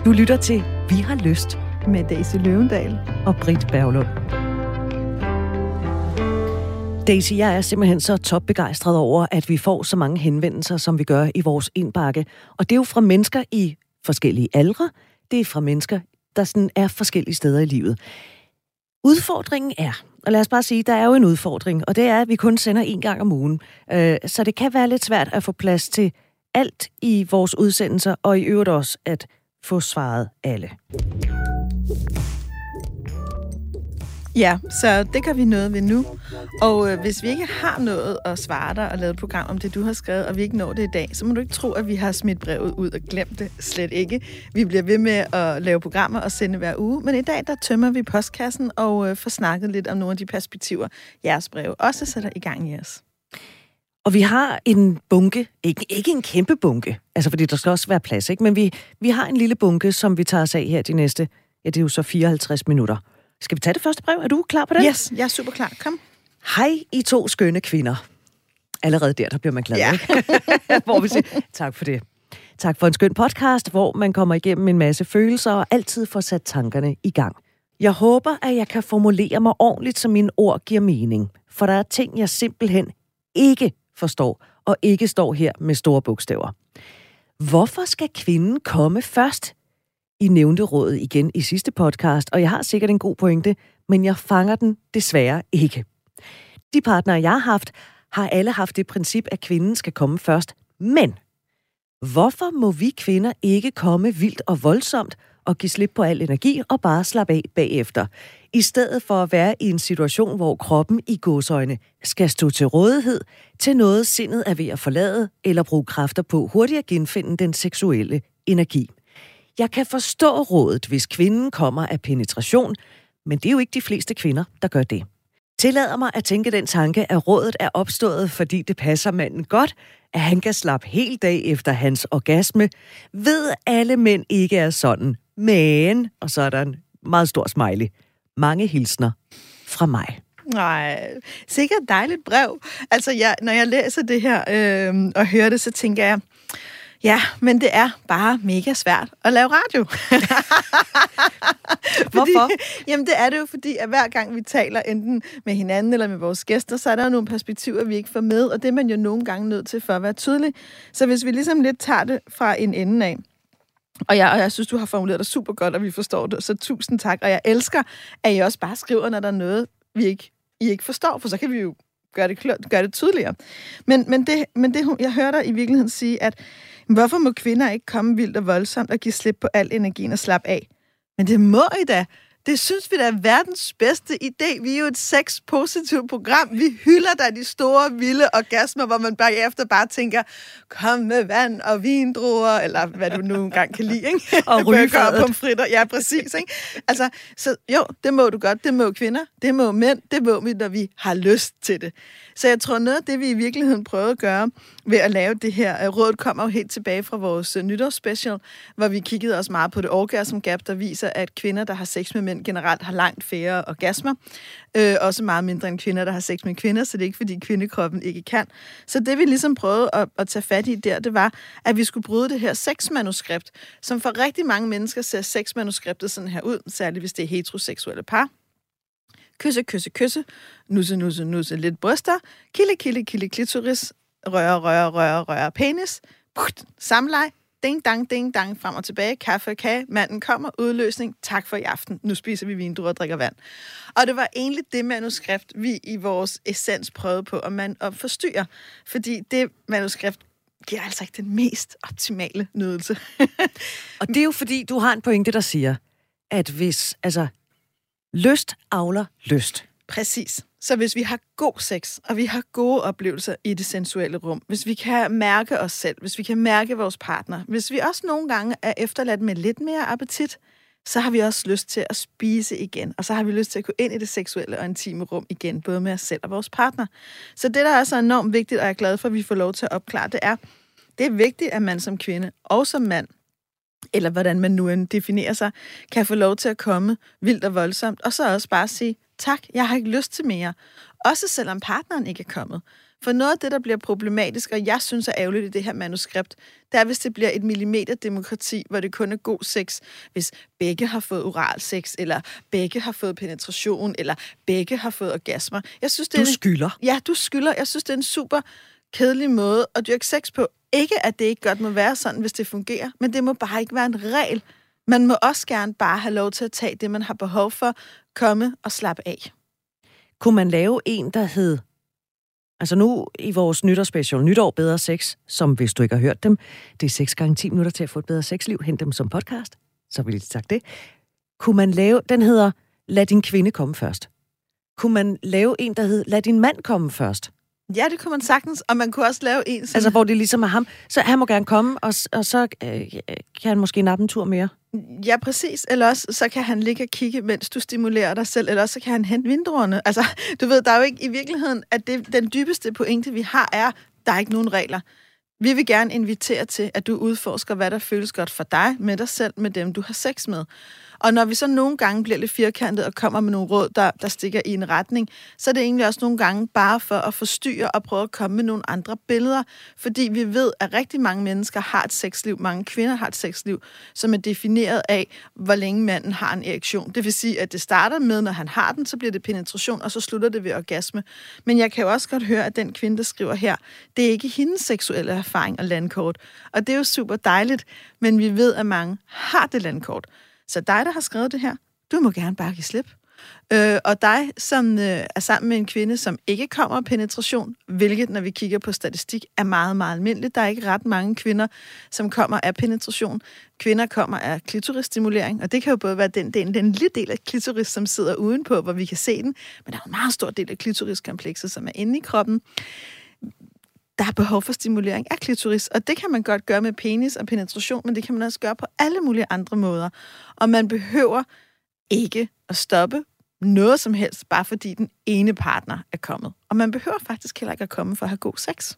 Du lytter til Vi har lyst med Daisy Løvendal og Britt Berglund. Daisy, jeg er simpelthen så topbegejstret over, at vi får så mange henvendelser, som vi gør i vores indbakke. Og det er jo fra mennesker i forskellige aldre. Det er fra mennesker, der sådan er forskellige steder i livet. Udfordringen er, og lad os bare sige, der er jo en udfordring, og det er, at vi kun sender 1 gang om ugen. Så det kan være lidt svært at få plads til alt i vores udsendelser, og i øvrigt også at få svaret alle. Ja, så det kan vi noget ved nu. Og hvis vi ikke har noget at svare dig og lave et program om det, du har skrevet, og vi ikke når det i dag, så må du ikke tro, at vi har smidt brevet ud og glemt det. Slet ikke. Vi bliver ved med at lave programmer og sende hver uge, men i dag, der tømmer vi postkassen og får snakket lidt om nogle af de perspektiver, jeres brev også sætter i gang i os. Og vi har en bunke, ikke en kæmpe bunke, altså fordi der skal også være plads, ikke? Men vi har en lille bunke, som vi tager os af her de næste, ja, det er jo så 54 minutter. Skal vi tage det første brev? Er du klar på det? Yes, jeg er super klar. Kom. Hej, I 2 skønne kvinder. Allerede der bliver man glad, ja. Ikke? Hvor vi siger, tak for det. Tak for en skøn podcast, hvor man kommer igennem en masse følelser og altid får sat tankerne i gang. Jeg håber, at jeg kan formulere mig ordentligt, så mine ord giver mening. For der er ting, jeg simpelthen ikke forstår, og ikke står her med store bogstaver. Hvorfor skal kvinden komme først? I nævnte rådet igen i sidste podcast, og jeg har sikkert en god pointe, men jeg fanger den desværre ikke. De partnere, jeg har haft, har alle haft det princip, at kvinden skal komme først. Men hvorfor må vi kvinder ikke komme vildt og voldsomt og give slip på al energi og bare slappe af bagefter? I stedet for at være i en situation, hvor kroppen i gåseøjne skal stå til rådighed til noget, sindet er ved at forlade eller bruge kræfter på hurtigt at genfinde den seksuelle energi. Jeg kan forstå rådet, hvis kvinden kommer af penetration, men det er jo ikke de fleste kvinder, der gør det. Tillader mig at tænke den tanke, at rådet er opstået, fordi det passer manden godt, at han kan slappe helt dag efter hans orgasme. Ved alle mænd ikke er sådan, men, og så er der en meget stor smiley. Mange hilsner fra mig. Nej, sikkert dejligt brev. Altså, når jeg læser det her og hører det, så tænker jeg, ja, men det er bare mega svært at lave radio. Hvorfor? Jamen, det er det jo, fordi at hver gang vi taler enten med hinanden eller med vores gæster, så er der jo nogle perspektiver, vi ikke får med, og det er man jo nogle gange nødt til for at være tydelig. Så hvis vi ligesom lidt tager det fra en ende af, og jeg synes, du har formuleret det super godt, og vi forstår det, så tusind tak. Og jeg elsker, at I også bare skriver, når der er noget, I ikke forstår, for så kan vi jo gøre det tydeligere. Men det, jeg hører dig i virkeligheden sige, at hvorfor må kvinder ikke komme vildt og voldsomt og give slip på al energien og slappe af? Men det må I da. Det synes vi da er verdens bedste idé. Vi er jo et sex-positivt program. Vi hylder da de store, vilde orgasmer, hvor man bagefter bare tænker, kom med vand og vindruer, eller hvad du nu engang kan lide, ikke? Og rygefadet. Og pomfritter. Ja, præcis, ikke? Altså, så jo, det må du godt. Det må kvinder, det må mænd, det må vi, når vi har lyst til det. Så jeg tror, noget af det, vi i virkeligheden prøvede at gøre ved at lave det her, rådet kommer jo helt tilbage fra vores nytårsspecial, hvor vi kiggede også meget på det orgasm gap, der viser, at kvinder, der har sex med mænd, generelt har langt færre orgasmer. Også meget mindre end kvinder, der har sex med kvinder, så det er ikke, fordi kvindekroppen ikke kan. Så det, vi ligesom prøvede at tage fat i der, det var, at vi skulle bryde det her sexmanuskript, som for rigtig mange mennesker ser sexmanuskriptet sådan her ud, særligt hvis det er heteroseksuelle par. Kysse, kysse, kysse, nusse, nusse, nusse, lidt bryster, kille, kille, kille, klitoris, røre, penis, samleje, ding, dang, frem og tilbage, kaffe og kage, manden kommer, udløsning, tak for i aften, nu spiser vi vindruer og drikker vand. Og det var egentlig det manuskript, vi i vores essens prøvede på at forstyrre, fordi det manuskript giver altså ikke den mest optimale nydelse. Og det er jo fordi, du har en pointe, der siger, at hvis, lyst avler lyst. Præcis. Så hvis vi har god sex, og vi har gode oplevelser i det sensuelle rum, hvis vi kan mærke os selv, hvis vi kan mærke vores partner, hvis vi også nogle gange er efterladt med lidt mere appetit, så har vi også lyst til at spise igen, og så har vi lyst til at gå ind i det seksuelle og intime rum igen, både med os selv og vores partner. Så det, der er så enormt vigtigt, og jeg er glad for, at vi får lov til at opklare, det er vigtigt, at man som kvinde og som mand, eller hvordan man nu end definerer sig, kan få lov til at komme vildt og voldsomt, og så også bare sige, tak, jeg har ikke lyst til mere. Også selvom partneren ikke er kommet. For noget af det, der bliver problematisk, og jeg synes er ærgerligt i det her manuskript, det er, hvis det bliver et millimeterdemokrati, hvor det kun er god sex, hvis begge har fået oral sex, eller begge har fået penetration, eller begge har fået orgasmer. Jeg synes, det skylder. Ja, du skylder. Jeg synes, det er en super kedelig måde at dyrke sex på. Ikke, at det ikke godt må være sådan, hvis det fungerer, men det må bare ikke være en regel. Man må også gerne bare have lov til at tage det, man har behov for, komme og slappe af. Kunne man lave en, der hed... Altså nu i vores nytårsspecial, Nytår Bedre Sex, som hvis du ikke har hørt dem, det er 6 gange 10 minutter til at få et bedre sexliv. Hent dem som podcast, så vil jeg sagt det. Kunne man lave... Den hedder Lad din kvinde komme først. Kunne man lave en, der hed Lad din mand komme først? Ja, det kunne man sagtens, og man kunne også lave en, som... Altså, hvor det ligesom er ham. Så han må gerne komme, og så kan han måske nappe en tur mere. Ja, præcis. Eller også, så kan han ligge og kigge, mens du stimulerer dig selv, eller også så kan han hente vinduerne. Altså, du ved, der er jo ikke i virkeligheden, at den dybeste pointe, vi har, er, der er ikke nogen regler. Vi vil gerne invitere til, at du udforsker, hvad der føles godt for dig, med dig selv, med dem, du har sex med. Og når vi så nogle gange bliver lidt firkantet og kommer med nogle råd, der stikker i en retning, så er det egentlig også nogle gange bare for at forstyrre og prøve at komme med nogle andre billeder. Fordi vi ved, at rigtig mange mennesker har et sexliv, mange kvinder har et sexliv, som er defineret af, hvor længe manden har en erektion. Det vil sige, at det starter med, når han har den, så bliver det penetration, og så slutter det ved orgasme. Men jeg kan jo også godt høre, at den kvinde, der skriver her, det er ikke hendes seksuelle erfaring og landkort. Og det er jo super dejligt, men vi ved, at mange har det landkort. Så dig, der har skrevet det her, du må gerne bare give slip. Og dig, som er sammen med en kvinde, som ikke kommer af penetration, hvilket, når vi kigger på statistik, er meget, meget almindeligt. Der er ikke ret mange kvinder, som kommer af penetration. Kvinder kommer af klitorisstimulering, og det kan jo både være den lille del af klitoris, som sidder udenpå, hvor vi kan se den, men der er en meget stor del af klitoriskomplekset, som er inde i kroppen. Der er behov for stimulering af klitoris, og det kan man godt gøre med penis og penetration, men det kan man også gøre på alle mulige andre måder. Og man behøver ikke at stoppe noget som helst, bare fordi den ene partner er kommet. Og man behøver faktisk heller ikke at komme for at have god sex.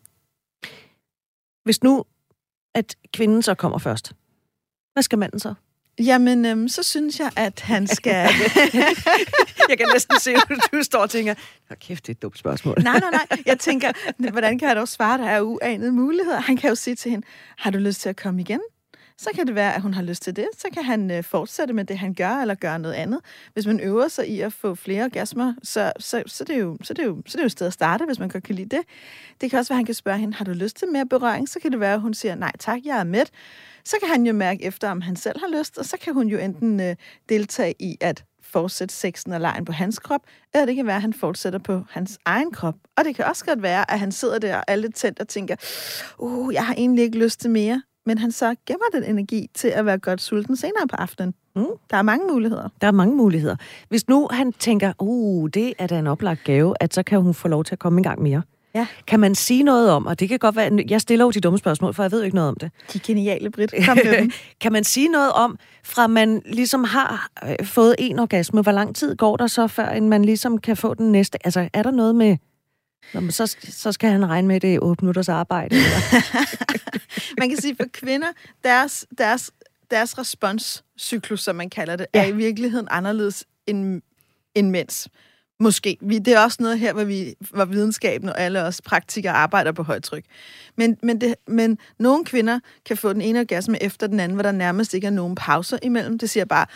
Hvis nu, at kvinden så kommer først, hvad skal manden så? Jamen, så synes jeg, at han skal... Jeg kan næsten se, at du står og tænker, kæft, det er et dumt spørgsmål. Nej. Jeg tænker, hvordan kan jeg dog svare, der er uanede muligheder? Han kan jo sige til hende, har du lyst til at komme igen? Så kan det være, at hun har lyst til det. Så kan han fortsætte med det, han gør, eller gøre noget andet. Hvis man øver sig i at få flere orgasmer, så er det jo et sted at starte, hvis man godt kan lide det. Det kan også være, at han kan spørge hende, har du lyst til mere berøring? Så kan det være, at hun siger, nej tak, jeg er mæt. Så kan han jo mærke efter, om han selv har lyst, og så kan hun jo enten deltage i at fortsætte sexen og legen på hans krop, eller det kan være, at han fortsætter på hans egen krop. Og det kan også godt være, at han sidder der og er lidt tændt og tænker, jeg har egentlig ikke lyst til mere, men han så gemmer den energi til at være godt sulten senere på aftenen. Der er mange muligheder. Der er mange muligheder. Hvis nu han tænker, det er da en oplagt gave, at så kan hun få lov til at komme en gang mere. Ja. Kan man sige noget om, og det kan godt være, jeg stiller jo de dumme spørgsmål, for jeg ved jo ikke noget om det. De geniale, Britt. Kom med dem. Kan man sige noget om, fra man ligesom har fået en orgasme, hvor lang tid går der så, før man ligesom kan få den næste? Altså, er der noget med... Så skal han regne med det 8 minutters arbejde. Man kan sige, for kvinder, deres responscyklus, som man kalder det, er i virkeligheden anderledes end mænds. Måske. Det er også noget her, hvor videnskaben og alle os praktikere arbejder på højtryk. Men nogle kvinder kan få den ene orgasme efter den anden, hvor der nærmest ikke er nogen pauser imellem. Det siger bare,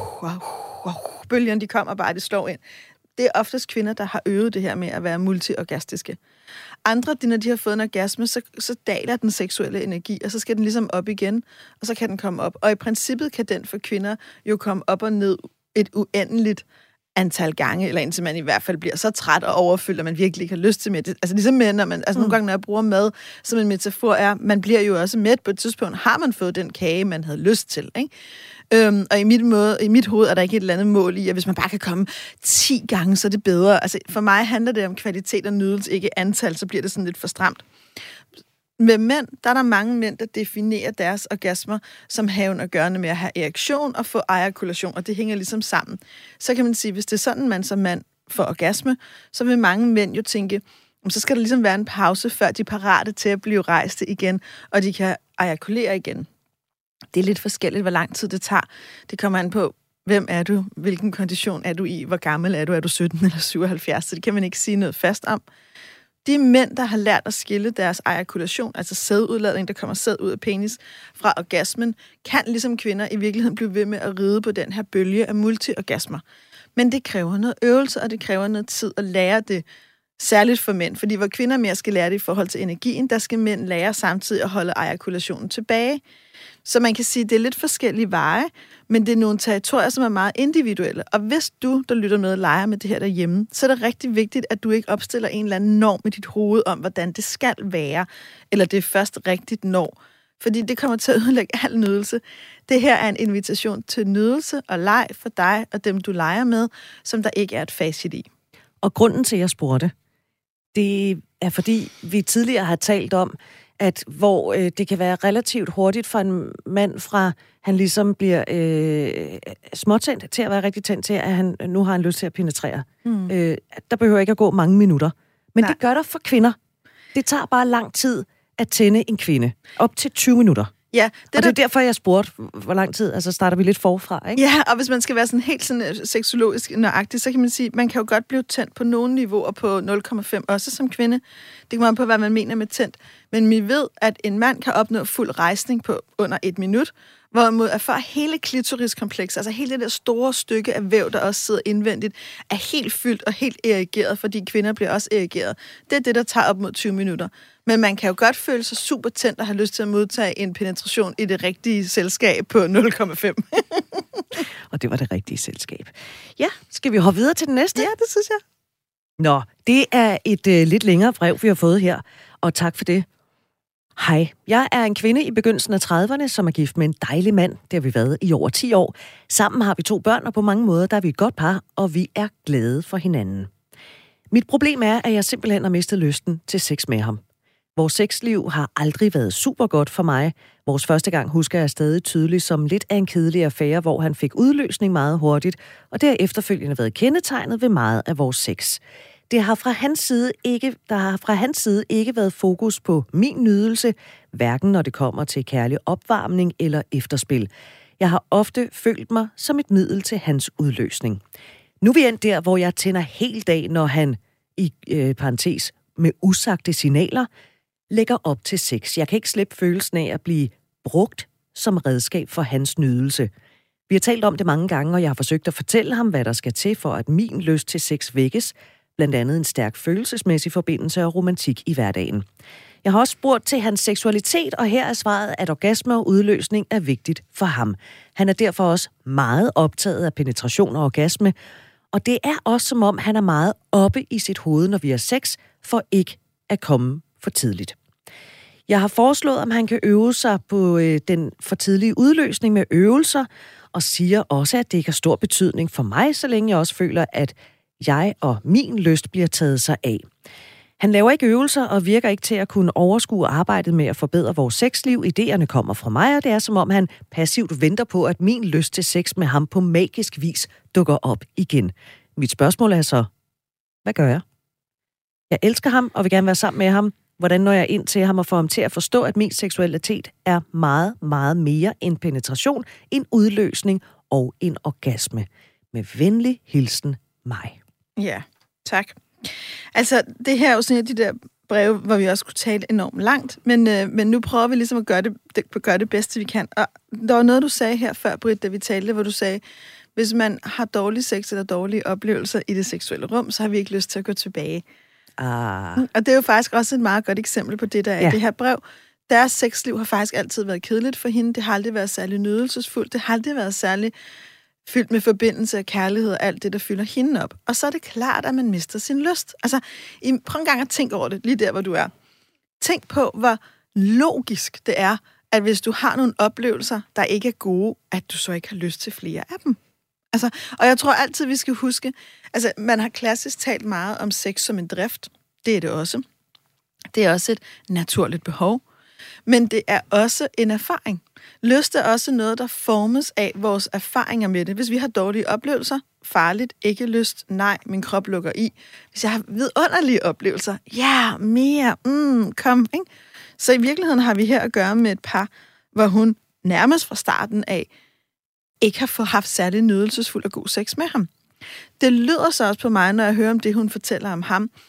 bølgerne de kommer bare, det slår ind. Det er oftest kvinder, der har øvet det her med at være multiorgastiske. Andre, når de har fået en orgasme, så daler den seksuelle energi, og så skal den ligesom op igen, og så kan den komme op. Og i princippet kan den for kvinder jo komme op og ned et uendeligt antal gange, eller indtil man i hvert fald bliver så træt og overfyldt, at man virkelig ikke har lyst til mere. Altså ligesom med, nogle gange, når jeg bruger mad som en metafor, man bliver jo også mæt på et tidspunkt, har man fået den kage, man havde lyst til, ikke? Og i mit hoved er der ikke et eller andet mål i, at hvis man bare kan komme 10 gange, så er det bedre. Altså for mig handler det om kvalitet og nydelse, ikke antal, så bliver det sådan lidt for stramt. Med mænd, der er der mange mænd, der definerer deres orgasmer som havende at gøre med at have erektion og få ejakulation, og det hænger ligesom sammen. Så kan man sige, hvis det er sådan, man som mand får orgasme, så vil mange mænd jo tænke, så skal der ligesom være en pause, før de er parate til at blive rejste igen, og de kan ejakulere igen. Det er lidt forskelligt, hvor lang tid det tager. Det kommer an på, hvem er du, hvilken kondition er du i, hvor gammel er du 17 eller 77, så det kan man ikke sige noget fast om. De mænd, der har lært at skille deres ejakulation, altså sædudladning, der kommer sæd ud af penis, fra orgasmen, kan ligesom kvinder i virkeligheden blive ved med at ride på den her bølge af multiorgasmer. Men det kræver noget øvelse, og det kræver noget tid at lære det, særligt for mænd. Fordi hvor kvinder mere skal lære det i forhold til energien, der skal mænd lære samtidig at holde ejakulationen tilbage. Så man kan sige, at det er lidt forskellige veje, men det er nogle territorier, som er meget individuelle. Og hvis du, der lytter med, leger med det her derhjemme, så er det rigtig vigtigt, at du ikke opstiller en eller anden norm i dit hoved om, hvordan det skal være, eller det er først rigtigt når. Fordi det kommer til at ødelægge al nydelse. Det her er en invitation til nydelse og leg for dig og dem, du leger med, som der ikke er et facit i. Og grunden til, at jeg spurgte, det er fordi, vi tidligere har talt om, at hvor det kan være relativt hurtigt for en mand fra, han ligesom bliver småtændt til at være rigtig tændt til, at han nu har en lyst til at penetrere. Der behøver ikke at gå mange minutter. Men det gør der for kvinder. Det tager bare lang tid at tænde en kvinde. Op til 20 minutter. Ja, det er derfor, jeg spurgte, hvor lang tid, altså starter vi lidt forfra, ikke? Ja, og hvis man skal være sådan helt sådan seksologisk nøjagtig, så kan man sige, at man kan jo godt blive tændt på nogle niveauer på 0,5, også som kvinde. Det kommer an på, hvad man mener med tændt. Men vi ved, at en mand kan opnå fuld rejsning på under 1 minut, hvorimod at for hele klitoriskomplekset, altså hele det der store stykke af væv, der også sidder indvendigt, er helt fyldt og helt erigeret, fordi kvinder bliver også erigeret. Det er det, der tager op mod 20 minutter. Men man kan jo godt føle sig super tændt og have lyst til at modtage en penetration i det rigtige selskab på 0,5. Og det var det rigtige selskab. Ja, skal vi hoppe videre til den næste? Ja, det synes jeg. Nå, det er et lidt længere brev, vi har fået her, og tak for det. Hej, jeg er en kvinde i begyndelsen af 30'erne, som er gift med en dejlig mand. Det har vi været i over 10 år. Sammen har vi 2 børn, og på mange måder der er vi et godt par, og vi er glade for hinanden. Mit problem er, at jeg simpelthen har mistet lysten til sex med ham. Vores sexliv har aldrig været super godt for mig. Vores første gang husker jeg stadig tydeligt som lidt af en kedelig affære, hvor han fik udløsning meget hurtigt, og det har efterfølgende været kendetegnet ved meget af vores sex. Der har fra hans side ikke været fokus på min nydelse, hverken når det kommer til kærlig opvarmning eller efterspil. Jeg har ofte følt mig som et middel til hans udløsning. Nu er vi endt der, hvor jeg tænder helt af, når han, i parentes, med usagte signaler, lægger op til sex. Jeg kan ikke slippe følelsen af at blive brugt som redskab for hans nydelse. Vi har talt om det mange gange, og jeg har forsøgt at fortælle ham, hvad der skal til for, at min lyst til sex vækkes, blandt andet en stærk følelsesmæssig forbindelse og romantik i hverdagen. Jeg har også spurgt til hans seksualitet, og her er svaret, at orgasme og udløsning er vigtigt for ham. Han er derfor også meget optaget af penetration og orgasme, og det er også som om, han er meget oppe i sit hoved, når vi har sex, for ikke at komme for tidligt. Jeg har foreslået, om han kan øve sig på den for tidlige udløsning med øvelser, og siger også, at det ikke har stor betydning for mig, så længe jeg også føler, at jeg og min lyst bliver taget sig af. Han laver ikke øvelser og virker ikke til at kunne overskue arbejdet med at forbedre vores sexliv. Idéerne kommer fra mig, og det er som om han passivt venter på, at min lyst til sex med ham på magisk vis dukker op igen. Mit spørgsmål er så, hvad gør jeg? Jeg elsker ham og vil gerne være sammen med ham. Hvordan når jeg ind til ham og får ham til at forstå, at min seksualitet er meget, meget mere end penetration, en udløsning og en orgasme. Med venlig hilsen, mig. Ja, tak. Altså, det her er jo sådan de der breve, hvor vi også kunne tale enormt langt, men nu prøver vi ligesom at gøre det bedste, vi kan. Og der var noget, du sagde her før, Britt, da vi talte, hvor du sagde, hvis man har dårlig sex eller dårlige oplevelser i det seksuelle rum, så har vi ikke lyst til at gå tilbage. Og det er jo faktisk også et meget godt eksempel på det, der er i det her brev. Deres sexliv har faktisk altid været kedeligt for hende. Det har aldrig været særlig nydelsesfuldt. Det har aldrig været særlig fyldt med forbindelse og kærlighed og alt det, der fylder hende op. Og så er det klart, at man mister sin lyst. Altså, prøv en gang at tænke over det, lige der, hvor du er. Tænk på, hvor logisk det er, at hvis du har nogle oplevelser, der ikke er gode, at du så ikke har lyst til flere af dem. Altså, og jeg tror altid, vi skal huske, altså, man har klassisk talt meget om sex som en drift. Det er det også. Det er også et naturligt behov. Men det er også en erfaring. Lyst er også noget, der formes af vores erfaringer med det. Hvis vi har dårlige oplevelser, farligt, ikke lyst, nej, min krop lukker i. Hvis jeg har vidunderlige oplevelser, ja, mere, kom, ikke? Så i virkeligheden har vi her at gøre med et par, hvor hun nærmest fra starten af ikke har haft særlig nydelsesfuld og god sex med ham. Det lyder så også på mig, når jeg hører om det, hun fortæller om ham,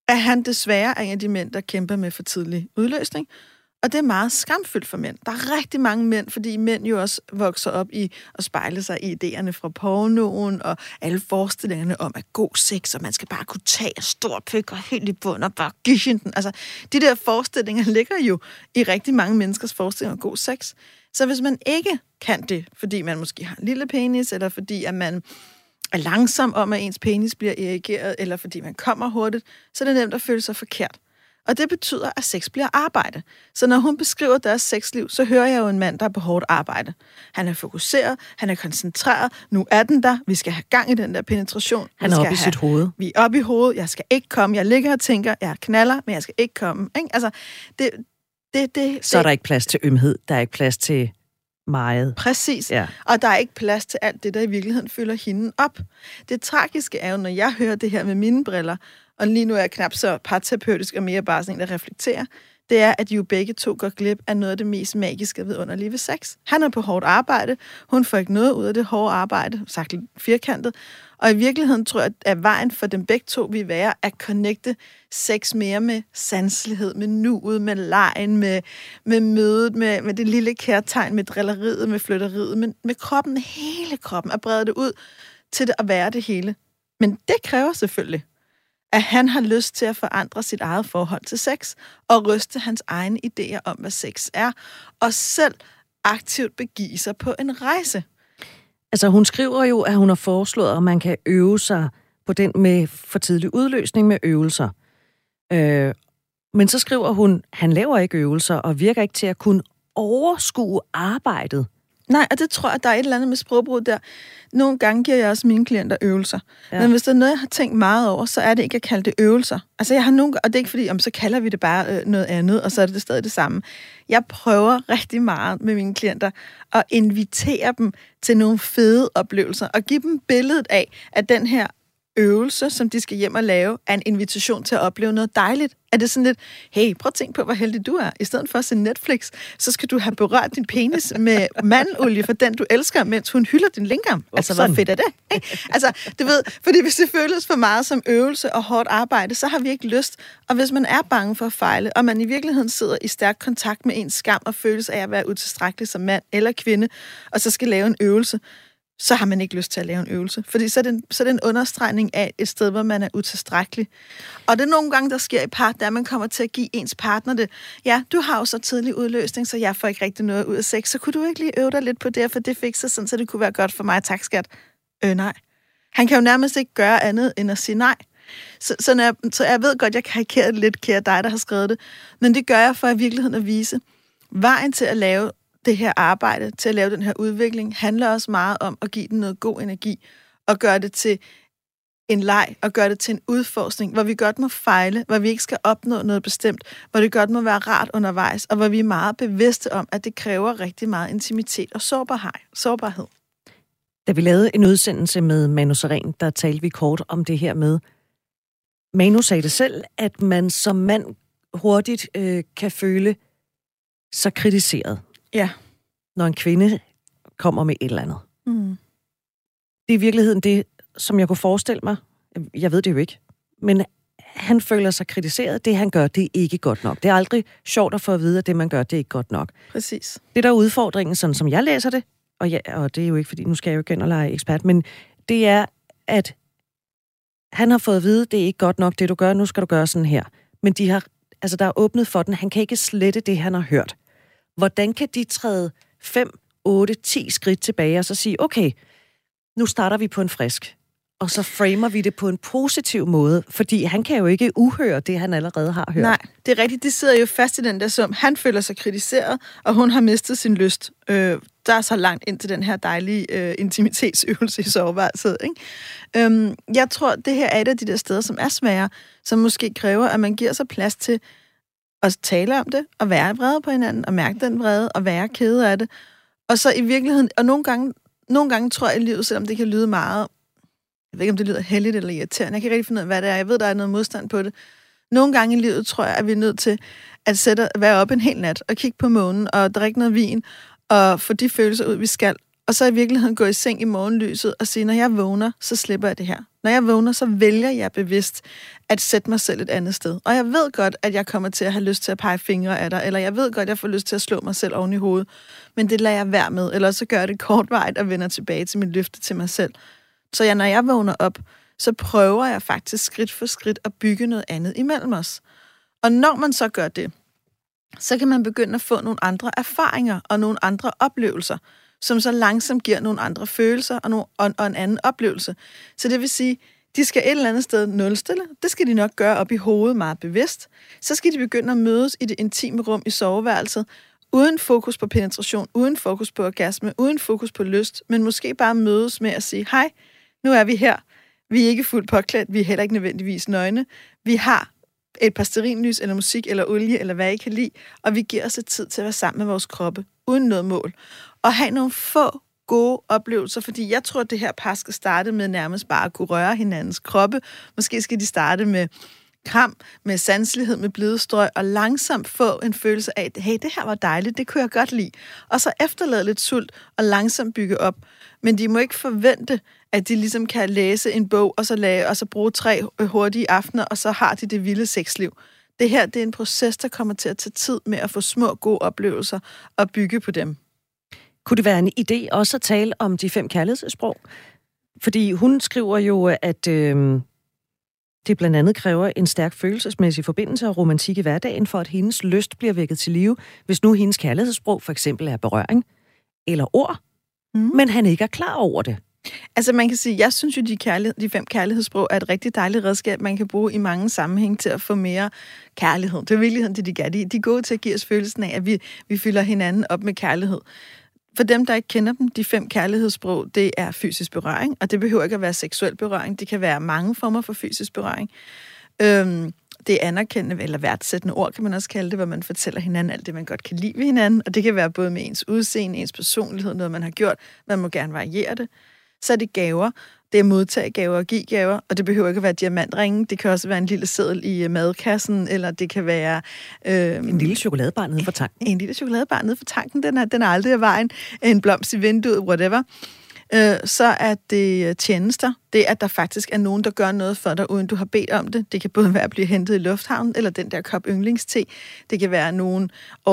at han desværre er en af de mænd, der kæmper med for tidlig udløsning. Og det er meget skamfyldt for mænd. Der er rigtig mange mænd, fordi mænd jo også vokser op i at spejle sig i idéerne fra pornoen og alle forestillingerne om, at god sex, og man skal bare kunne tage stor pik og helt i bund og bare give den. Altså, de der forestillinger ligger jo i rigtig mange menneskers forestillinger om god sex. Så hvis man ikke kan det, fordi man måske har en lille penis, eller fordi at man er langsom om, at ens penis bliver erigeret, eller fordi man kommer hurtigt, så er det nemt at føle sig forkert. Og det betyder, at sex bliver arbejde. Så når hun beskriver deres sexliv, så hører jeg jo en mand, der er på hårdt arbejde. Han er fokuseret, han er koncentreret, nu er den der, vi skal have gang i den der penetration. Han er oppe i sit hoved. Vi er oppe i hovedet, jeg skal ikke komme, jeg ligger og tænker, jeg knaller, men jeg skal ikke komme. Ikke? Altså, så er der ikke plads til ømhed, der er ikke plads til meget. Præcis. Ja. Og der er ikke plads til alt det, der i virkeligheden fylder hende op. Det tragiske er jo, når jeg hører det her med mine briller, og lige nu er jeg knap så parterapeutisk og mere bare sådan en, der reflekterer, det er, at de jo begge to går glip af noget af det mest magiske og vidunderlige ved sex. Han er på hårdt arbejde, hun får ikke noget ud af det hårde arbejde, sagt lidt firkantet, og i virkeligheden tror jeg, at vejen for dem begge to vil være at connecte sex mere med sanselighed, med nuet, med lejen, med mødet, med det lille kærtegn, med drilleriet, med flytteriet, med kroppen, med hele kroppen, at brede det ud til det at være det hele. Men det kræver selvfølgelig, at han har lyst til at forandre sit eget forhold til sex, og ryste hans egne idéer om, hvad sex er, og selv aktivt begive sig på en rejse. Altså, hun skriver jo, at hun har foreslået, at man kan øve sig på den med for tidlig udløsning med øvelser. Men så skriver hun, han laver ikke øvelser, og virker ikke til at kunne overskue arbejdet. Nej, og det tror jeg, der er et eller andet med sprogbrud der. Nogle gange giver jeg også mine klienter øvelser. Ja. Men hvis der er noget, jeg har tænkt meget over, så er det ikke at kalde det øvelser. Altså, jeg har nogle, og det er ikke fordi, så kalder vi det bare noget andet, og så er det stadig det samme. Jeg prøver rigtig meget med mine klienter at invitere dem til nogle fede oplevelser, og give dem billedet af, at den her øvelse, som de skal hjem og lave, er en invitation til at opleve noget dejligt. Er det sådan lidt, hey, prøv at tænke på, hvor heldig du er. I stedet for at se Netflix, så skal du have berørt din penis med mandenolie for den, du elsker, mens hun hylder din lingam. Altså, hvor fedt er det? Ikke? Altså, du ved, fordi hvis det føles for meget som øvelse og hårdt arbejde, så har vi ikke lyst. Og hvis man er bange for at fejle, og man i virkeligheden sidder i stærk kontakt med ens skam og følelse af at være utilstrækkelig som mand eller kvinde, og så skal lave en øvelse, så har man ikke lyst til at lave en øvelse. Fordi så er det en understregning af et sted, hvor man er utilstrækkelig. Og det er nogle gange, der sker i par, der man kommer til at give ens partner det. Ja, du har jo så tidlig udløsning, så jeg får ikke rigtig noget ud af sex. Så kunne du ikke lige øve dig lidt på det, for det fik sig sådan, så det kunne være godt for mig. Tak, skat. Nej. Han kan jo nærmest ikke gøre andet, end at sige nej. Så jeg ved godt, jeg karikerer det lidt, kære dig, der har skrevet det. Men det gør jeg for i virkeligheden at vise. Vejen til at lave det her arbejde, til at lave den her udvikling, handler også meget om at give den noget god energi, og gøre det til en leg, og gøre det til en udforskning, hvor vi godt må fejle, hvor vi ikke skal opnå noget bestemt, hvor det godt må være rart undervejs, og hvor vi er meget bevidste om, at det kræver rigtig meget intimitet og sårbarhed. Da vi lavede en udsendelse med Manu Sareen, der talte vi kort om det her med, Manu sagde det selv, at man som mand hurtigt kan føle sig kritiseret. Ja. Når en kvinde kommer med et eller andet. Mm. Det er i virkeligheden det, som jeg kunne forestille mig. Jeg ved det jo ikke. Men han føler sig kritiseret. Det, han gør, det er ikke godt nok. Det er aldrig sjovt at få at vide, at det, man gør, det er ikke godt nok. Præcis. Det, der er udfordringen, sådan som jeg læser det, og det er jo ikke, fordi nu skal jeg jo ikke ind og lege ekspert, men det er, at han har fået at vide, det er ikke godt nok, det du gør, nu skal du gøre sådan her. Men der er åbnet for den. Han kan ikke slette det, han har hørt. Hvordan kan de træde 5, 8, 10 skridt tilbage og så sige, okay, nu starter vi på en frisk, og så framer vi det på en positiv måde, fordi han kan jo ikke uhøre det, han allerede har hørt. Nej, det er rigtigt. De sidder jo fast i den der sum. Han føler sig kritiseret, og hun har mistet sin lyst. Der er så langt ind til den her dejlige intimitetsøvelse i soveværelset. Ikke? Jeg tror, det her er et af de der steder, som er svære, som måske kræver, at man giver sig plads til at tale om det, og være vrede på hinanden, og mærke den vrede, og være kede af det. Og så i virkeligheden, og nogle gange tror jeg i livet, selvom det kan lyde meget, jeg ved ikke, om det lyder heldigt eller irriterende, jeg kan ikke rigtig finde ud af, hvad det er, jeg ved, der er noget modstand på det. Nogle gange i livet tror jeg, at vi er nødt til at være op en hel nat, og kigge på månen, og drikke noget vin, og få de følelser ud, vi skal, og så i virkeligheden gå i seng i morgenlyset og sige, når jeg vågner, så slipper jeg det her. Når jeg vågner, så vælger jeg bevidst at sætte mig selv et andet sted. Og jeg ved godt, at jeg kommer til at have lyst til at pege fingre af dig, eller jeg ved godt, at jeg får lyst til at slå mig selv oven i hovedet. Men det lader jeg være med, eller så gør jeg det kortvarigt og vender tilbage til mit løfte til mig selv. Så når jeg vågner op, så prøver jeg faktisk skridt for skridt at bygge noget andet imellem os. Og når man så gør det, så kan man begynde at få nogle andre erfaringer og nogle andre oplevelser, som så langsomt giver nogle andre følelser og en anden oplevelse. Så det vil sige, de skal et eller andet sted nulstille. Det skal de nok gøre op i hovedet meget bevidst. Så skal de begynde at mødes i det intime rum i soveværelset, uden fokus på penetration, uden fokus på orgasme, uden fokus på lyst, men måske bare mødes med at sige, hej, nu er vi her. Vi er ikke fuldt påklædt, vi er heller ikke nødvendigvis nøgne. Vi har et par stearinlys, eller musik, eller olie, eller hvad I kan lide, og vi giver os et tid til at være sammen med vores kroppe, uden noget mål. Og have nogle få gode oplevelser, fordi jeg tror, at det her par skal starte med nærmest bare at kunne røre hinandens kroppe. Måske skal de starte med kram, med sanselighed, med blødstrøg, og langsomt få en følelse af, hey, det her var dejligt, det kunne jeg godt lide. Og så efterlade lidt sult, og langsomt bygge op. Men de må ikke forvente, at de ligesom kan læse en bog, og så bruge 3 hurtige aftener, og så har de det vilde sexliv. Det her, det er en proces, der kommer til at tage tid med at få små, gode oplevelser og bygge på dem. Kunne det være en idé også at tale om de 5 kærlighedssprog? Fordi hun skriver jo, at det blandt andet kræver en stærk følelsesmæssig forbindelse og romantik i hverdagen, for at hendes lyst bliver vækket til live, hvis nu hendes kærlighedssprog for eksempel er berøring eller ord, men han ikke er klar over det. Altså man kan sige, jeg synes jo, de 5 kærlighedssprog er et rigtig dejligt redskab, man kan bruge i mange sammenhæng til at få mere kærlighed. Det er virkeligheden, det de gør. De er gode til at give os følelsen af, at vi fylder hinanden op med kærlighed. For dem, der ikke kender dem, de 5 kærlighedssprog, det er fysisk berøring, og det behøver ikke at være seksuel berøring. Det kan være mange former for fysisk berøring. Det er anerkendende eller værdsættende ord, kan man også kalde det, hvor man fortæller hinanden alt det, man godt kan lide ved hinanden, og det kan være både med ens udseende, ens personlighed, noget man har gjort, man må gerne variere det. Så er det gaver. Det er modtage gaver og give gaver, og det behøver ikke at være diamantringen. Det kan også være en lille seddel i madkassen, eller det kan være en lille chokoladebar nede for tanken. En lille chokoladebar nede for tanken, den er aldrig af vejen. En blomst i vinduet, whatever. Så er det tjenester. Det er, at der faktisk er nogen, der gør noget for dig, uden du har bedt om det. Det kan både være at blive hentet i lufthavnen, eller den der kop yndlingste. Det kan være, at nogen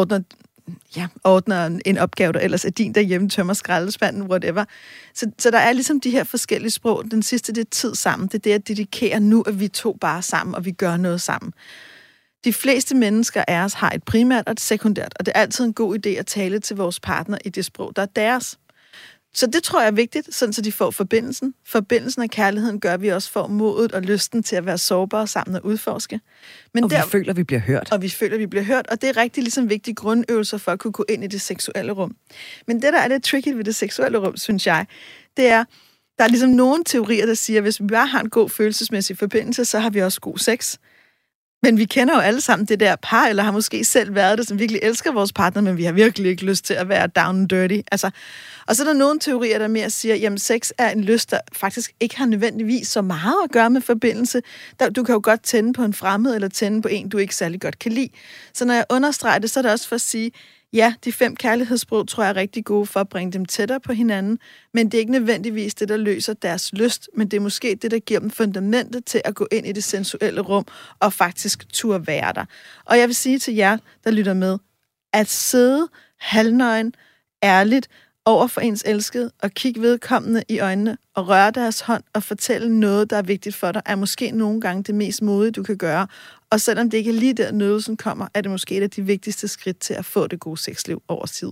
ordner en opgave, der ellers er din derhjemme, tømmer skraldespanden, whatever. Så der er ligesom de her forskellige sprog. Den sidste, det er tid sammen. Det er det at dedikere nu, at vi 2 bare sammen, og vi gør noget sammen. De fleste mennesker af os har et primært og et sekundært, og det er altid en god idé at tale til vores partner i det sprog, der er deres. Så det tror jeg er vigtigt, sådan så de får forbindelsen. Forbindelsen af kærligheden gør, at vi også får modet og lysten til at være sårbare sammen og udforske. Men og vi føler, vi bliver hørt. Og vi føler, vi bliver hørt, og det er rigtig ligesom vigtige grundøvelser for at kunne gå ind i det seksuelle rum. Men det, der er lidt tricky ved det seksuelle rum, synes jeg, det er, der er ligesom nogle teorier, der siger, at hvis vi bare har en god følelsesmæssig forbindelse, så har vi også god sex. Men vi kender jo alle sammen det der par, eller har måske selv været det, som virkelig elsker vores partner, men vi har virkelig ikke lyst til at være down and dirty. Altså, og så er der nogle teorier, der mere siger, jamen sex er en lyst, der faktisk ikke har nødvendigvis så meget at gøre med forbindelse. Du kan jo godt tænde på en fremmed, eller tænde på en, du ikke særlig godt kan lide. Så når jeg understreger det, så er det også for at sige, ja, de 5 kærlighedssprog tror jeg er rigtig gode for at bringe dem tættere på hinanden, men det er ikke nødvendigvis det, der løser deres lyst, men det er måske det, der giver dem fundamentet til at gå ind i det sensuelle rum og faktisk turde være der. Og jeg vil sige til jer, der lytter med, at sidde halvnøgen, ærligt, over for ens elskede og kigge vedkommende i øjnene og røre deres hånd og fortælle noget, der er vigtigt for dig, er måske nogle gange det mest modige, du kan gøre. Og selvom det ikke er lige der nydelsen kommer, er det måske et af de vigtigste skridt til at få det gode sexliv over tid.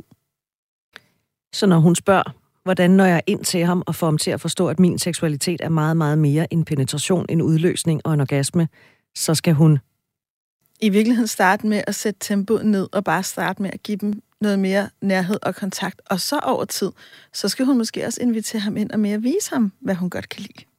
Så når hun spørger, hvordan når jeg ind til ham og får ham til at forstå, at min seksualitet er meget, meget mere en penetration, en udløsning og en orgasme, så skal hun i virkeligheden starte med at sætte tempoet ned og bare starte med at give dem noget mere nærhed og kontakt. Og så over tid, så skal hun måske også invitere ham ind og mere vise ham, hvad hun godt kan lide.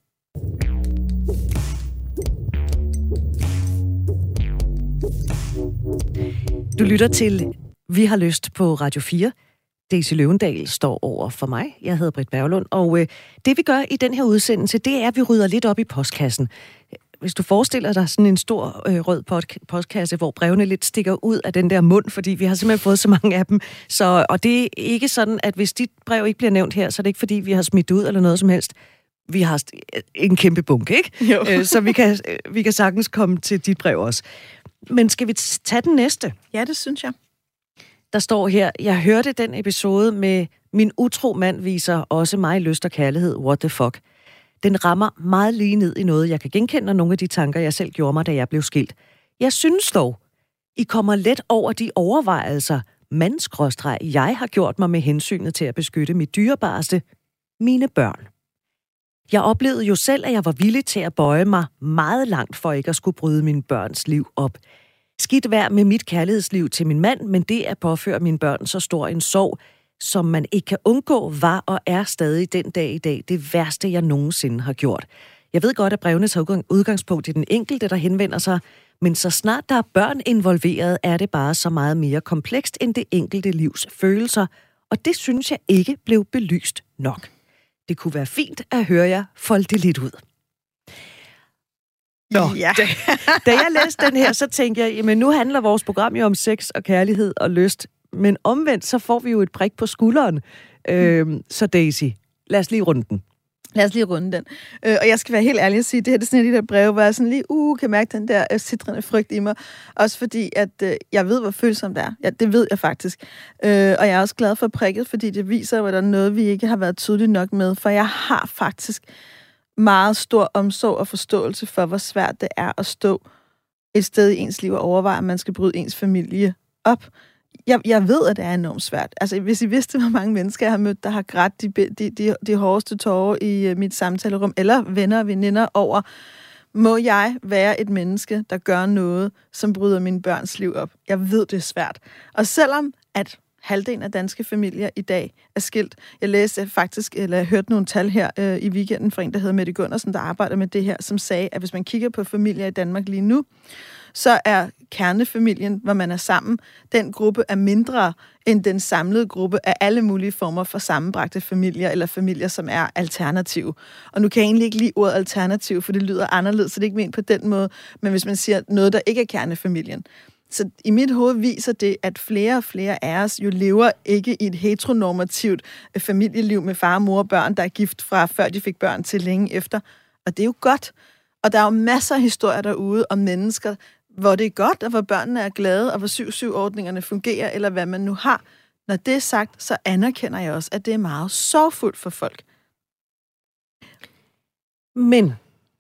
Du lytter til Vi har lyst på Radio 4. Daisy Løvendal står over for mig. Jeg hedder Britt Berglund, og det vi gør i den her udsendelse, det er, at vi rydder lidt op i postkassen. hvis du forestiller dig sådan en stor rød postkasse, hvor brevene lidt stikker ud af den der mund, fordi vi har simpelthen fået så mange af dem. Og det er ikke sådan, at hvis dit brev ikke bliver nævnt her, så er det ikke fordi, vi har smidt det ud eller noget som helst. Vi har en kæmpe bunke, ikke? Så vi kan sagtens komme til dit brev også. Men skal vi tage den næste? Ja, det synes jeg. Der står her, jeg hørte den episode med min utro mand viser også mig lyst og kærlighed. What the fuck? Den rammer meget lige ned i noget, jeg kan genkende nogle af de tanker, jeg selv gjorde mig, da jeg blev skilt. Jeg synes dog, I kommer let over de overvejelser, jeg har gjort mig med hensynet til at beskytte mit dyrebareste, mine børn. Jeg oplevede jo selv, at jeg var villig til at bøje mig meget langt for ikke at skulle bryde mine børns liv op. Skidt vær med mit kærlighedsliv til min mand, men det at påføre mine børn så stor en sorg, som man ikke kan undgå, var og er stadig den dag i dag det værste, jeg nogensinde har gjort. Jeg ved godt, at brevene tager udgangspunkt i den enkelte, der henvender sig, men så snart der er børn involveret, er det bare så meget mere komplekst end det enkelte livs følelser, og det synes jeg ikke blev belyst nok. Det kunne være fint at høre jer folde det lidt ud. Ja. Da jeg læste den her, så tænkte jeg, jamen nu handler vores program jo om sex og kærlighed og lyst, men omvendt, så får vi jo et prik på skulderen. Så Daisy, lad os lige runde den. Lad os lige runde den. Og jeg skal være helt ærlig at sige, det her det er sådan et af de der breve, hvor jeg sådan lige, kan mærke den der sitrende frygt i mig. Også fordi, at jeg ved, hvor følsomt det er. Ja, det ved jeg faktisk. Og jeg er også glad for prikket, fordi det viser, at der er noget, vi ikke har været tydelige nok med. For jeg har faktisk meget stor omsorg og forståelse for, hvor svært det er at stå et sted i ens liv og overveje, at man skal bryde ens familie op. Jeg ved, at det er enormt svært. Altså, hvis I vidste, hvor mange mennesker jeg har mødt, der har grædt de hårdeste tårer i mit samtalerum, eller venner og veninder over, må jeg være et menneske, der gør noget, som bryder mine børns liv op? Jeg ved, det er svært. Og selvom at halvdelen af danske familier i dag er skilt. Jeg læste faktisk, eller jeg hørte nogle tal her i weekenden fra en, der hedder Mette Gundersen, der arbejder med det her, som sagde, at hvis man kigger på familier i Danmark lige nu, så er kernefamilien, hvor man er sammen, den gruppe er mindre end den samlede gruppe af alle mulige former for sammenbragte familier, eller familier, som er alternative. Og nu kan jeg egentlig ikke lide ordet alternativ, for det lyder anderledes, så det er ikke ment på den måde, men hvis man siger noget, der ikke er kernefamilien. Så i mit hoved viser det, at flere og flere af os jo lever ikke i et heteronormativt familieliv med far, mor og børn, der er gift fra før de fik børn til længe efter. Og det er jo godt. Og der er jo masser af historier derude om mennesker, hvor det er godt, og hvor børnene er glade, og hvor 7-7-ordningerne fungerer, eller hvad man nu har. Når det er sagt, så anerkender jeg også, at det er meget sorgfuldt for folk. Men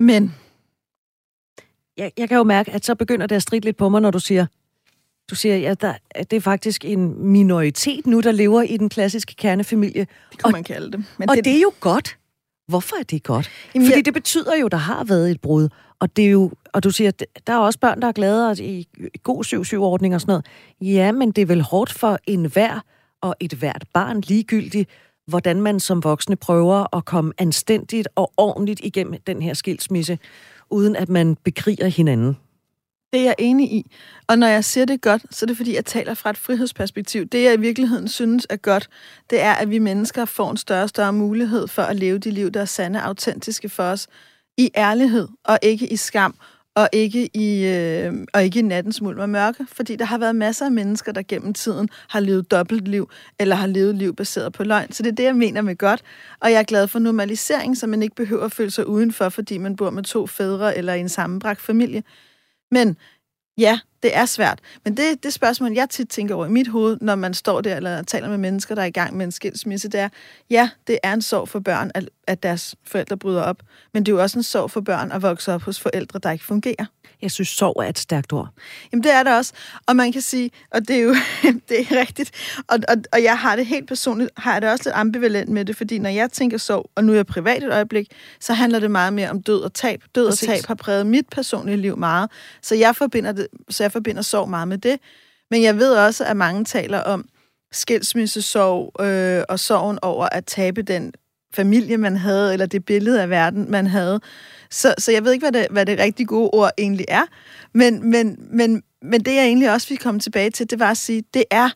jeg kan jo mærke, at så begynder det at stride lidt på mig, når du siger, at det er faktisk en minoritet nu, der lever i den klassiske kernefamilie. Det kunne man kalde det. Men det er jo godt. Hvorfor er det godt? Fordi det betyder jo, der har været et brud. Og det er jo, og du siger, at der er også børn, der er glade i god 7-7-ordning og sådan noget. Ja, men det er vel hårdt for enhver og et hvert barn ligegyldigt, hvordan man som voksne prøver at komme anstændigt og ordentligt igennem den her skilsmisse, uden at man bekriger hinanden. Det er jeg enig i. Og når jeg siger det godt, så er det fordi, jeg taler fra et frihedsperspektiv. Det, jeg i virkeligheden synes er godt, det er, at vi mennesker får en større og større mulighed for at leve de liv, der er sande og autentiske for os, i ærlighed og ikke i skam, og ikke i nattens mulm og mørke. Fordi der har været masser af mennesker, der gennem tiden har levet dobbeltliv, eller har levet liv baseret på løgn. Så det er det, jeg mener med godt. Og jeg er glad for normalisering, så man ikke behøver at føle sig udenfor, fordi man bor med 2 fædre eller i en sammenbragt familie. Men ja, det er svært. Men det spørgsmål, jeg tit tænker over i mit hoved, når man står der eller taler med mennesker, der er i gang med en skilsmisse, det er, ja, det er en sorg for børn, at deres forældre bryder op. Men det er jo også en sorg for børn at vokse op hos forældre, der ikke fungerer. Jeg synes, sorg er et stærkt ord. Jamen, det er det også. Og man kan sige, og det er jo det er rigtigt, og jeg har det helt personligt, har jeg det også lidt ambivalent med det, fordi når jeg tænker sorg, og nu er jeg privat et øjeblik, så handler det meget mere om død og tab. Død og tab har præget mit personlige liv meget, så jeg forbinder sorg meget med det. Men jeg ved også, at mange taler om skilsmissesorg og sorgen over at tabe den familie, man havde, eller det billede af verden, man havde. Så jeg ved ikke, hvad det rigtig gode ord egentlig er. Men det, jeg egentlig også vil komme tilbage til, det var at sige, det er